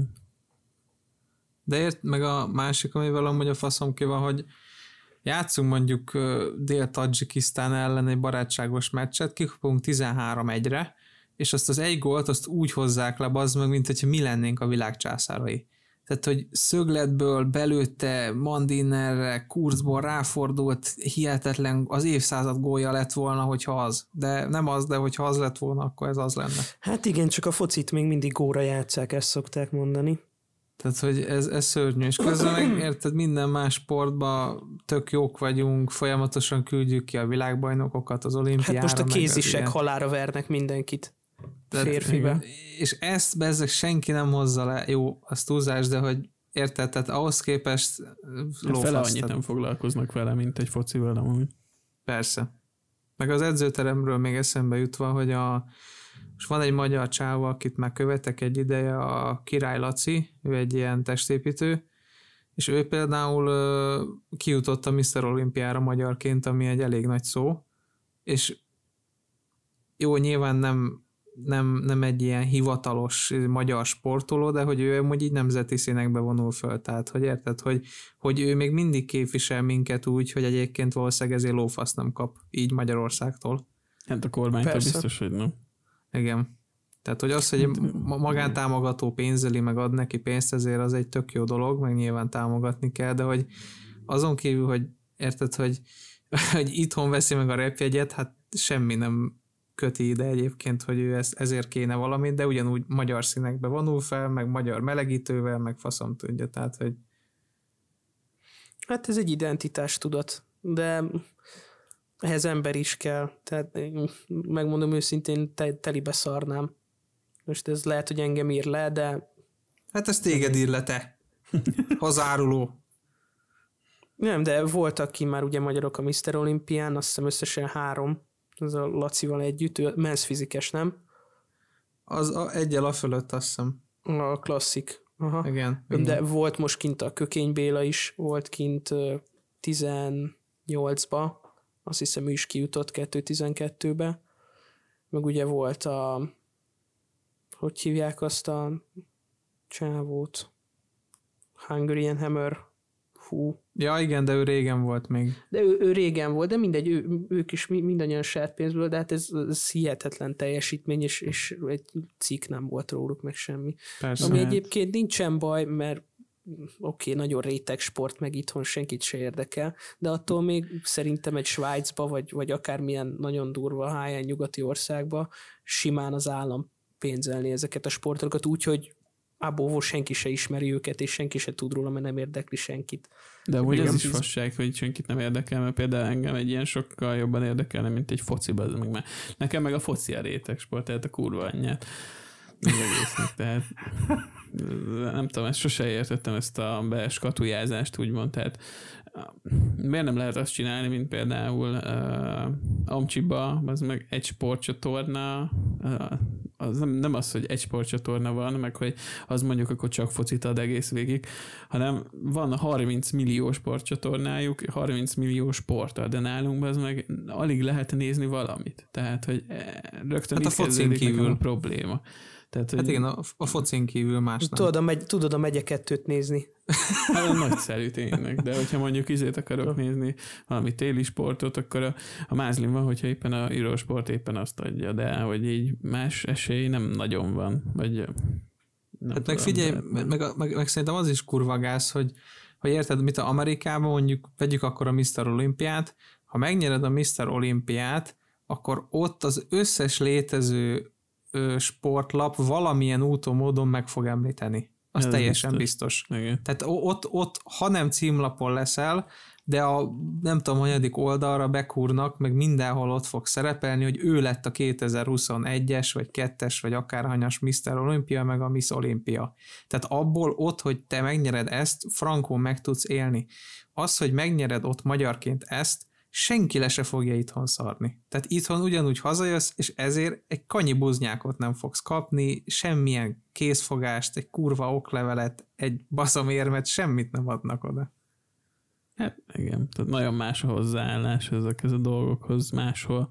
De ért meg a másik, amivel amúgy a faszom ki van, hogy játszunk mondjuk Dél-Tadzsikisztán ellen egy barátságos meccset, kikapunk tizenhárom egyre, és azt az egy gólt azt úgy hozzák le, bazd meg, mint hogyha mi lennénk a világ császárai. Tehát, hogy szögletből belőtte Mandinnerre, kurzból ráfordult, hihetetlen, az évszázad gólja lett volna, hogyha az. De nem az, de hogyha az lett volna, akkor ez az lenne. Hát igen, csak a focit még mindig góra játsszák, ezt szokták mondani. Tehát, hogy ez, ez szörnyű, és közben meg érted, minden más sportban tök jók vagyunk, folyamatosan küldjük ki a világbajnokokat az olimpiára. Hát most a kézisek halára vernek mindenkit. Férfibe. És ezt bezzeg senki nem hozza le, jó, az túlzás, de hogy érted, tehát ahhoz képest lófasz. Fele annyit nem foglalkoznak vele, mint egy focival amúgy. Persze. Meg az edzőteremről még eszembe jutva, hogy a most van egy magyar csáva, akit már követek egy ideje, a Király Laci, ő egy ilyen testépítő, és ő például uh, kijutott a miszter Olimpiára magyarként, ami egy elég nagy szó, és jó, nyilván nem Nem, nem egy ilyen hivatalos magyar sportoló, de hogy ő amúgy így nemzeti színekbe vonul föl. Tehát, hogy érted, hogy, hogy ő még mindig képvisel minket úgy, hogy egyébként valószínűleg ezért lófasz nem kap így Magyarországtól. Hát a kormánytól biztos, hogy nem. Igen. Tehát, hogy az, hogy magántámogató pénzeli, meg ad neki pénzt, ezért az egy tök jó dolog, meg nyilván támogatni kell, de hogy azon kívül, hogy érted, hogy, hogy itthon veszi meg a repjegyet, hát semmi nem köti ide egyébként, hogy ő ezt, ezért kéne valamit, de ugyanúgy magyar színekbe vonul fel, meg magyar melegítővel, meg faszom tudja, tehát, hogy hát ez egy identitástudat, de ehhez ember is kell, tehát megmondom őszintén, te, telibe szarnám. Most ez lehet, hogy engem ír le, de hát ez téged ír le, te. Hazáruló. Nem, de voltak ki már ugye magyarok a miszter Olimpián, azt hiszem összesen három, az a Lacival együtt, ő men's fizikes, nem? Az a, egyel a fölött, azt hiszem. A klasszik. Aha. Igen. De igen. volt most kint a Kökény Béla is, volt kint tizennyolcba, azt hiszem ő is kijutott kettő-tizenkettőbe, meg ugye volt a, hogy hívják azt a csávót? Hungarian Hammer Hú. Ja, igen, de ő régen volt még. De ő, ő régen volt, de mindegy, ő, ők is mindannyian saját pénzből, de hát ez, ez hihetetlen teljesítmény, és, és egy cikk nem volt róluk, meg semmi. Persze. Ami egyébként nincsen baj, mert oké, okay, nagyon réteg sport, meg itthon senkit se érdekel, de attól még szerintem egy Svájcba, vagy, vagy akármilyen nagyon durva high-end nyugati országba simán az állam pénzelni ezeket a sportokat úgy, hogy ábóvó senki se ismeri őket, és senki se tud róla, mert nem érdekli senkit. De úgy ez is fasság, hogy senkit nem érdekel, mert például engem egy ilyen sokkal jobban érdekelne, mint egy fociba. Meg már. Nekem meg a foci a réteg sport, tehát a kurva anyját. Az egésznek, tehát nem tudom, ezt sose értettem, ezt a beskatujázást, úgymond, tehát miért nem lehet azt csinálni, mint például uh, Amcsiba, az meg egy sportcsatorna, uh, az nem, nem az, hogy egy sportcsatorna van, meg hogy az mondjuk akkor csak focit ad egész végig, hanem van harminc millió sportcsatornájuk, harminc millió sporttal, de nálunk az meg alig lehet nézni valamit. Tehát, hogy rögtön hát itt kezdődik kívül a probléma. Tehát, hát hogy igen, a, a focin kívül más nem. Tudod a, megy, tudod a megye kettőt nézni. Hát nagyszerű tényleg, de hogyha mondjuk izét akarok nézni, valami téli sportot, akkor a, a mázlim van, hogyha éppen a Eurosport éppen azt adja, de hogy így más esély nem nagyon van. Vagy nem hát tudom, meg figyelj, de... meg, meg, meg, meg szerintem az is kurva gáz, hogy, hogy érted, mit a Amerikában mondjuk, vegyük akkor a miszter Olimpiát, ha megnyered a miszter Olimpiát, akkor ott az összes létező ö, sportlap valamilyen úton, módon meg fog említeni. Az ez teljesen biztos. biztos. Tehát ott, ott, ha nem címlapon leszel, de a nem tudom, hanyadik oldalra bekúrnak, meg mindenhol ott fog szerepelni, hogy ő lett a kétezer-huszonegyes, vagy kettes, vagy akárhanyas miszter Olimpia, meg a Miss Olimpia. Tehát abból ott, hogy te megnyered ezt, frankón meg tudsz élni. Az, hogy megnyered ott magyarként ezt, senki le se fogja itthon szarni. Tehát itthon ugyanúgy hazajössz, és ezért egy kanyi buznyákot nem fogsz kapni, semmilyen készfogást, egy kurva oklevelet, egy baszamérmet, semmit nem adnak oda. Hát igen, tehát nagyon más a hozzáállás ezekhez a dolgokhoz máshol.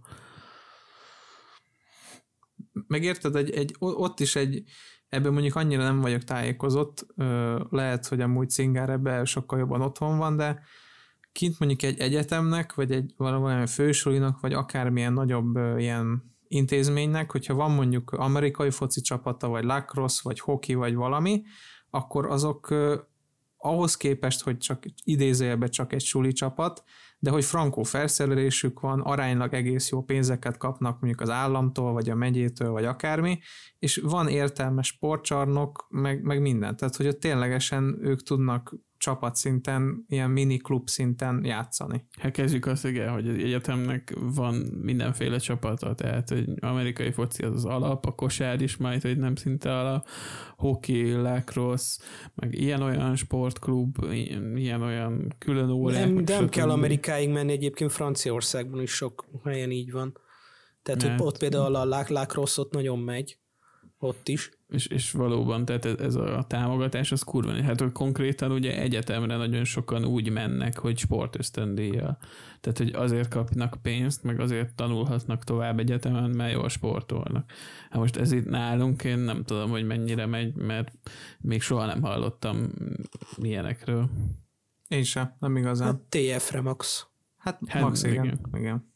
Megérted, egy, egy, ott is egy, ebben mondjuk annyira nem vagyok tájékozott, lehet, hogy amúgy Cingár ebben sokkal jobban otthon van, de kint mondjuk egy egyetemnek, vagy egy valamilyen fősulinak, vagy akármilyen nagyobb uh, ilyen intézménynek, hogyha van mondjuk amerikai foci csapata, vagy lacrosse, vagy hoki, vagy valami, akkor azok uh, ahhoz képest, hogy csak idézőjelben csak egy suli csapat, de hogy frankó felszerelésük van, aránylag egész jó pénzeket kapnak mondjuk az államtól, vagy a megyétől, vagy akármi, és van értelmes sportcsarnok, meg, meg minden. Tehát, hogy ott ténylegesen ők tudnak csapatszinten, ilyen mini klub szinten játszani. Hát kezdjük azt, igen, hogy az egyetemnek van mindenféle csapata, tehát hogy amerikai foci az az alap, a kosár is majd, hogy nem szinte alap, hoki, lacrosse, meg ilyen-olyan sportklub, ilyen-olyan külön órák. Nem, nem kell Amerikáig menni, egyébként Franciaországban is sok helyen így van. Tehát hogy ott például a lacrosse ott nagyon megy, ott is. És, és valóban, tehát ez a támogatás az kurva. Hát hogy konkrétan ugye egyetemre nagyon sokan úgy mennek, hogy sportösztöndíjjal. Tehát, hogy azért kapnak pénzt, meg azért tanulhatnak tovább egyetemen, mert jól sportolnak. Hát most ez itt nálunk, én nem tudom, hogy mennyire megy, mert még soha nem hallottam ilyenekről. Én sem, nem igazán. Hát té ef-re max. Hát, hát max, igen. igen. igen.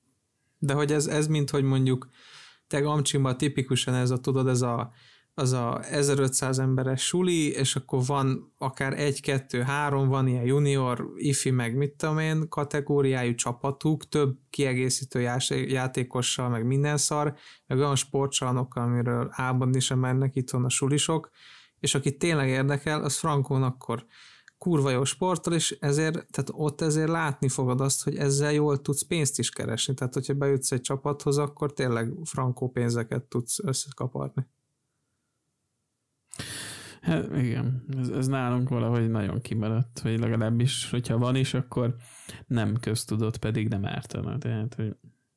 De hogy ez, ez mint, hogy mondjuk te Amcsimban tipikusan ez a, tudod, ez a az a ezerötszáz emberes suli, és akkor van akár egy, kettő, három, van ilyen junior, ifi, meg mit tudom én, kategóriájú csapatuk, több kiegészítő játékossal, meg minden szar, meg olyan sportcsarnokkal, amiről álmodni sem mernek itthon a sulisok, és aki tényleg érdekel, az frankón akkor kurva jó sportol, és ezért, tehát ott ezért látni fogod azt, hogy ezzel jól tudsz pénzt is keresni. Tehát, hogyha bejutsz egy csapathoz, akkor tényleg frankó pénzeket tudsz összekaparni. Hát igen, ez, ez nálunk valahogy nagyon kimaradt, vagy legalábbis, hogyha van is, akkor nem köztudott, pedig nem ártana. Tehát, hogy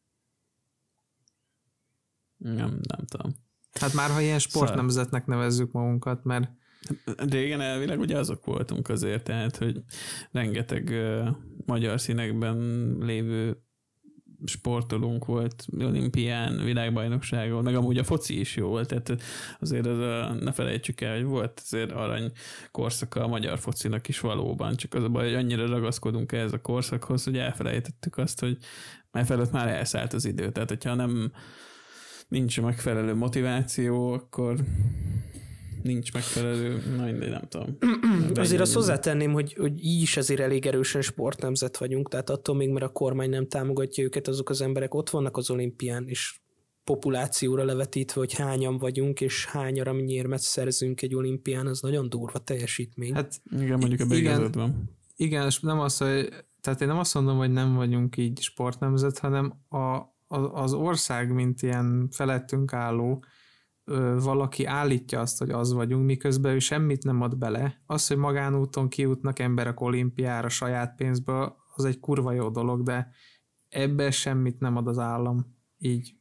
nem, nem tudom. Hát már, ha ilyen sportnemzetnek nevezzük magunkat, mert régen elvileg ugye azok voltunk azért, tehát, hogy rengeteg uh, magyar színekben lévő sportolónk volt olimpián, világbajnokságon, meg amúgy a foci is jó volt, tehát azért az a, ne felejtsük el, hogy volt azért arany korszaka a magyar focinak is valóban, csak az a baj, hogy annyira ragaszkodunk ehhez a korszakhoz, hogy elfelejtettük azt, hogy már felett már elszállt az idő, tehát hogyha nem nincs megfelelő motiváció, akkor nincs megfelelő, na mindegy, nem tudom. Azért azt hozzátenném, hogy, hogy így is azért elég erősen sportnemzet vagyunk, tehát attól még, mert a kormány nem támogatja őket, azok az emberek ott vannak az olimpián, és populációra levetítve, hogy hányan vagyunk, és hány aranyérmet szerzünk egy olimpián, az nagyon durva teljesítmény. Hát igen, mondjuk a végezet van. Igen, és nem az, hogy, tehát én nem azt mondom, hogy nem vagyunk így sportnemzet, hanem a, az ország, mint ilyen felettünk álló, valaki állítja azt, hogy az vagyunk, miközben ő semmit nem ad bele. Az, hogy magánúton kijutnak emberek olimpiára saját pénzből, az egy kurva jó dolog, de ebben semmit nem ad az állam. Így.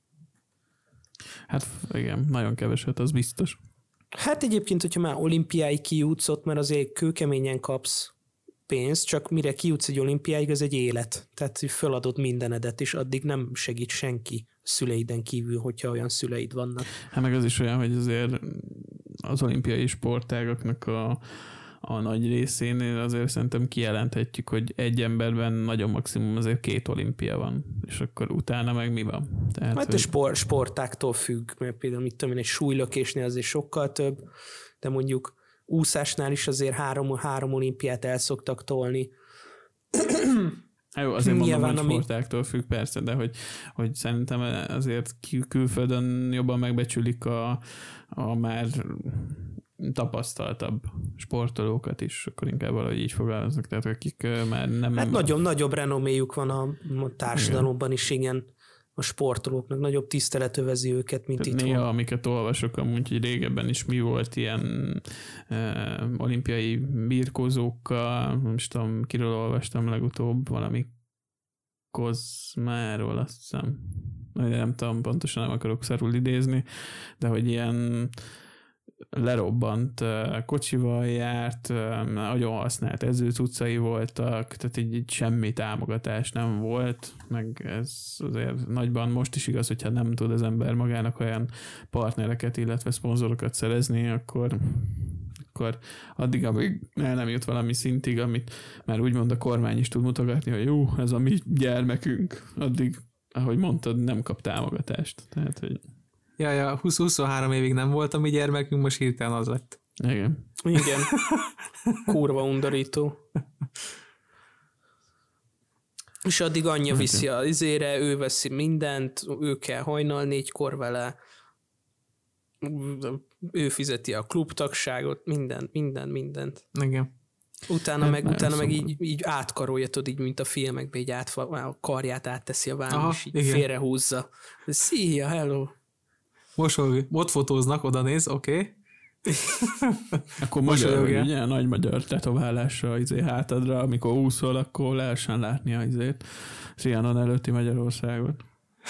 Hát igen, nagyon keveset, az biztos. Hát egyébként, hogyha már olimpiái kijutsz ott, mert azért kőkeményen kapsz pénzt, csak mire kijutsz egy olimpiáig, az egy élet. Tehát, hogy föladod mindenedet, és addig nem segít senki szüleiden kívül, hogyha olyan szüleid vannak. Hát meg az is olyan, hogy azért az olimpiai sportágaknak a, a nagy részénél azért szerintem kijelenthetjük, hogy egy emberben nagyon maximum azért két olimpia van, és akkor utána meg mi van? Tehát, hát hogy... a sport, sportáktól függ, mert például mit tudom én, egy súlylökésnél azért sokkal több, de mondjuk úszásnál is azért három, három olimpiát el szoktak tolni. Hát jó, azért mondom, Nyilván, hogy ami... sportáktól függ persze, de hogy, hogy szerintem azért külföldön jobban megbecsülik a, a már tapasztaltabb sportolókat is, akkor inkább valahogy így fogalmaznak, tehát akik már nem... Hát nagyobb, nagyobb renoméjuk van a társadalomban is, igen, a sportolóknak nagyobb tisztelet övezi őket, mint tehát itt néha, van. amiket olvasok, amúgy, hogy régebben is mi volt ilyen e, olimpiai birkózókkal, nem is tudom, kiről olvastam legutóbb, valami Kozmáról, azt hiszem. Nem tudom, pontosan nem akarok szarul idézni, de hogy ilyen lerobbant kocsival járt, nagyon használt edzőcuccai voltak, tehát így, így semmi támogatás nem volt, meg ez azért nagyban most is igaz, hogyha nem tud az ember magának olyan partnereket, illetve szponzorokat szerezni, akkor, akkor addig, amíg el nem jut valami szintig, amit már úgymond a kormány is tud mutogatni, hogy jó, ez a mi gyermekünk, addig, ahogy mondtad, nem kap támogatást. Tehát, hogy Ja, ja, húsz-huszonhárom évig nem volt a mi gyermekünk, most hirtelen az lett. igen. Igen. Kurva undorító. És addig anyja viszi az izére, ő veszi mindent, ő kell hajnal négykor vele, ő fizeti a klubtagságot, mindent, mindent, mindent. Igen. Utána Hát meg, nagyon utána meg szomorú. így, így átkarolja, tudod, így, mint a filmekben, így át, a karját átteszi a vállon, Aha, és így igen. félrehúzza. Szia, hello! Mosolyog, ott fotóznak, oda néz, oké. Okay. Akkor magyar, Mosolyogja. hogy ugye, nagy magyar tetoválásra izé hátadra, amikor úszol, akkor lehessen látni az izét. Trianon előtti Magyarországot.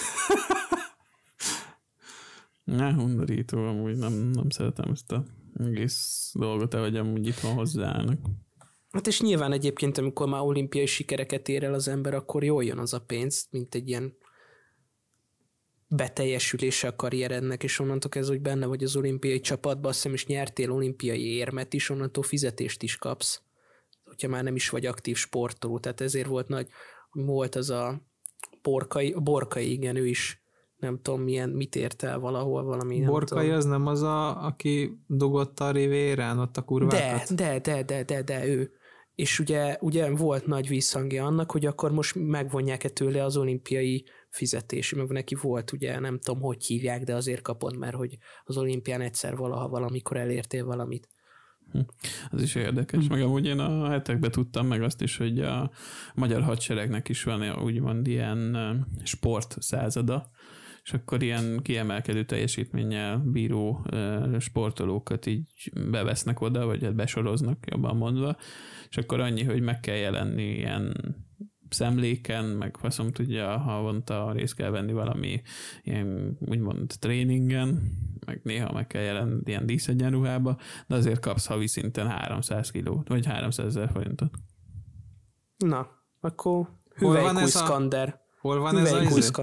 Ne, undorító, amúgy nem, nem szeretem ezt a egész dolgot, ahogy amúgy itt van hozzáállnak. Hát és nyilván egyébként, amikor már olimpiai sikereket ér el az ember, akkor jól jön az a pénz, mint egy ilyen beteljesülése a karrierednek, és onnantól kezdve, hogy benne vagy az olimpiai csapatban, azt hiszem is nyertél olimpiai érmet is, onnantól fizetést is kapsz, hogyha már nem is vagy aktív sportoló. Tehát ezért volt nagy, volt az a Borkai, Borkai, igen, ő is nem tudom milyen, mit ért el valahol, valami. Nem Borkai tudom. az nem az, a, aki dugott a rivérán ott a De, kurvákat? de, de, de, de, de, ő. És ugye, ugye volt nagy visszhangja annak, hogy akkor most megvonják-e tőle az olimpiai fizetés, mert neki volt, ugye nem tudom, hogy hívják, de azért kapod, mert hogy az olimpián egyszer valaha valamikor elértél valamit. Hm. Az is érdekes. Meg amúgy én a hetekben tudtam meg azt is, hogy a magyar hadseregnek is van úgymond ilyen sport százada, és akkor ilyen kiemelkedő teljesítménnyel bíró sportolókat így bevesznek oda, vagy hát besoroznak, jobban mondva, és akkor annyi, hogy meg kell jelenni ilyen szemléken, meg faszom tudja, havonta részt kell venni valami ilyen úgymond tréningen, meg néha meg kell jelenni ilyen díszegyenruhába, de azért kapsz havi szinten háromszáz kilót, vagy háromszázezer forintot. Na, akkor Hol van hüvelykúj ez a- szkander. Hol van ez a izé?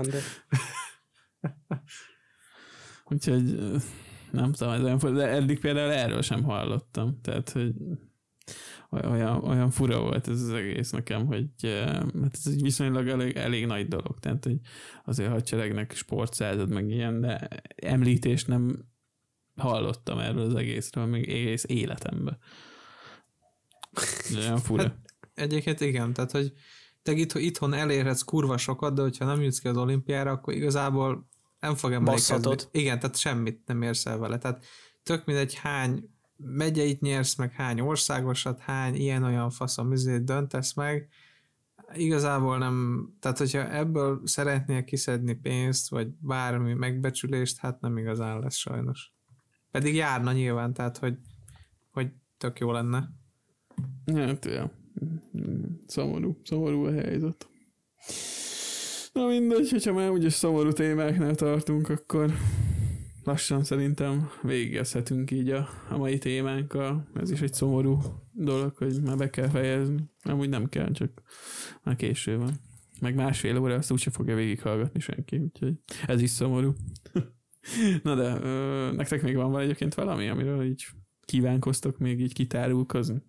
Úgyhogy nem tudom, ez olyan fura, de eddig például erről sem hallottam. Tehát, hogy olyan, olyan fura volt ez az egész nekem, hogy hát ez egy viszonylag elég, elég nagy dolog. Tehát, hogy azért hadseregnek sportszázad, meg ilyen, de említést nem hallottam erről az egészről, még egész életemben. De olyan fura. Hát, egyébként igen, tehát, hogy te itthon elérhetsz kurva sokat, de hogyha nem jutsz ki az olimpiára, akkor igazából nem fog emlékezni. Basszhatod. Igen, tehát semmit nem érsz el vele. Tehát tök mindegy, hány megyeit nyersz, meg hány országosat, hány ilyen-olyan faszom üzét döntesz meg. Igazából nem, tehát hogyha ebből szeretnél kiszedni pénzt, vagy bármi megbecsülést, hát nem igazán lesz sajnos. Pedig járna nyilván, tehát hogy, hogy tök jó lenne. Hát, ja. Szomorú, szomorú a helyzet. Na mindegy, hogyha már úgyis szomorú témáknál tartunk, akkor lassan szerintem végezhetünk így a, a mai témánkkal. Ez is egy szomorú dolog, hogy már be kell fejezni. Amúgy nem kell, csak már késő van. Meg másfél óra, azt úgyse fogja végighallgatni senki, úgyhogy ez is szomorú. Na de ö, nektek még van egyébként valami, amiről így kívánkoztok még így kitárulkozni?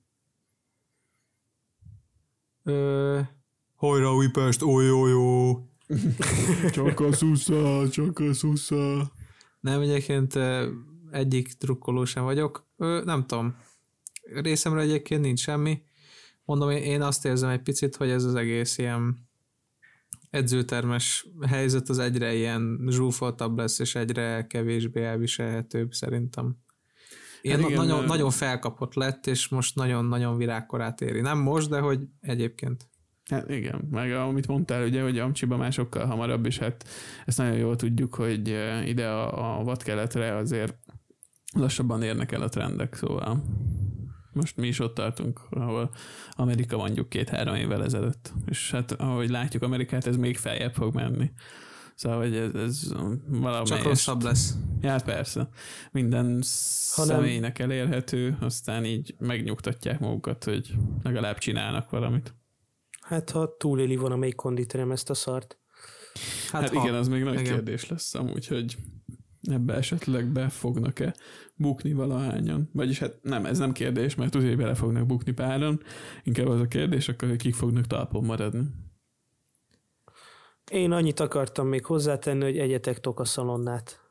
Ö, hajrá Újpest, olyójó! Csak a szusza, csak a szusza. Nem, egyébként egyik drukkoló sem vagyok. Ö, nem tudom. Részemre egyébként nincs semmi. Mondom, én azt érzem egy picit, hogy ez az egész ilyen edzőtermes helyzet az egyre ilyen zsúfoltabb lesz, és egyre kevésbé elviselhetőbb szerintem. Ilyen hát igen, nagyon, nagyon felkapott lett, és most nagyon-nagyon virágkorát éri. Nem most, de hogy egyébként. Hát igen, meg amit mondtál, ugye, hogy Amcsiba már sokkal hamarabb, és hát ezt nagyon jól tudjuk, hogy ide a, a vadkeletre azért lassabban érnek el a trendek, szóval most mi is ott tartunk, ahol Amerika mondjuk két-három évvel ezelőtt. És hát ahogy látjuk Amerikát, ez még feljebb fog menni. Szóval, hogy ez, ez valamelyest... Csak rosszabb lesz. Ja, persze. Minden Hanem... személynek elérhető, aztán így megnyugtatják magukat, hogy legalább csinálnak valamit. Hát, ha túléli van a még konditerem ezt a szart. Hát, hát igen, az még nagy igen. kérdés lesz amúgy, hogy ebbe esetleg be fognak-e bukni valahányan. Vagyis hát nem, ez nem kérdés, mert tudja, hogy bele fognak bukni páran. Inkább az a kérdés, akkor, hogy kik fognak talpon maradni. Én annyit akartam még hozzátenni, hogy egyetek tokaszalonnát.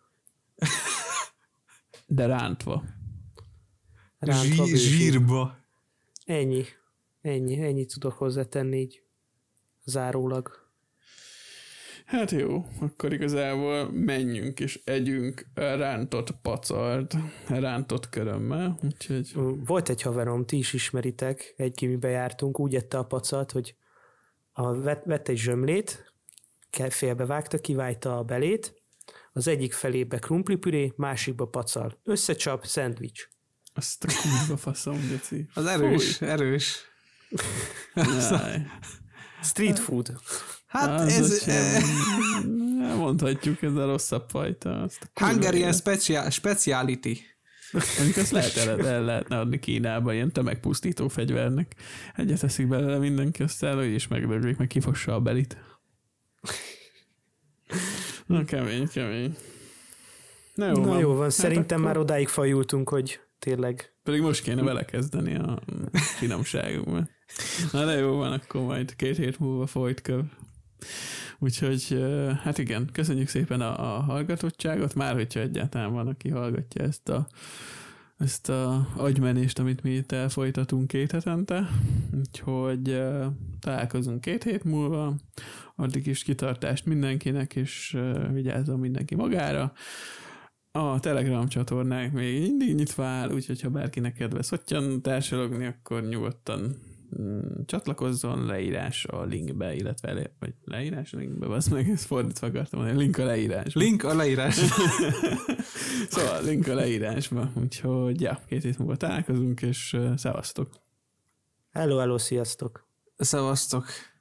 De rántva. Rántva Zsí- zsírba. Ennyi. Ennyi. Ennyit tudok hozzátenni így zárólag. Hát jó, akkor igazából menjünk és együnk rántott pacalt, rántott körömmel, úgyhogy... Volt egy haverom, ti is ismeritek, egy gimibe jártunk, úgy ette a pacalt, hogy a, vett, vett egy zsömlét, félbevágta, kivájta a belét, az egyik felébe krumplipüré, másikba pacal. Összecsap, szendvics. Azt a kurva faszom, geci. Az erős, Fúj. erős. Street food. Hát az ez... E... Mondhatjuk, ez a rosszabb fajta. Hungarian special, speciality. Amik azt lehet, el, el lehetne adni Kínába, ilyen tömegpusztító fegyvernek. Egyet eszik belőle mindenki, aztán ő is megdöglik, meg kifossa a belit. Na, kemény, kemény. Na jó, Na van. jó van, hát szerintem akkor... már odáig fajultunk, hogy tényleg... Pedig most kéne vele kezdeni a finomságunkba. Na de jó van, akkor majd két hét múlva folyt köv. Úgyhogy, hát igen, köszönjük szépen a, a hallgatottságot, már hogyha egyáltalán van, aki hallgatja ezt a, ezt a agymenést, amit mi itt elfolytatunk két hetente. Úgyhogy találkozunk két hét múlva, addig is kitartást mindenkinek, és vigyázzon mindenki magára. A Telegram csatornánk még mindig nyitva áll, úgyhogy ha bárkinek kedve szottyan társalogni, akkor nyugodtan mm, csatlakozzon, leírás a linkbe, illetve le, vagy leírás a linkbe, azt meg ezt fordítva akartam mondani, link a leírás. Link a leírás. Szóval link a leírásba, úgyhogy ja, két hét múlva találkozunk, és uh, szevasztok. Hello, hello, sziasztok. Szevasztok.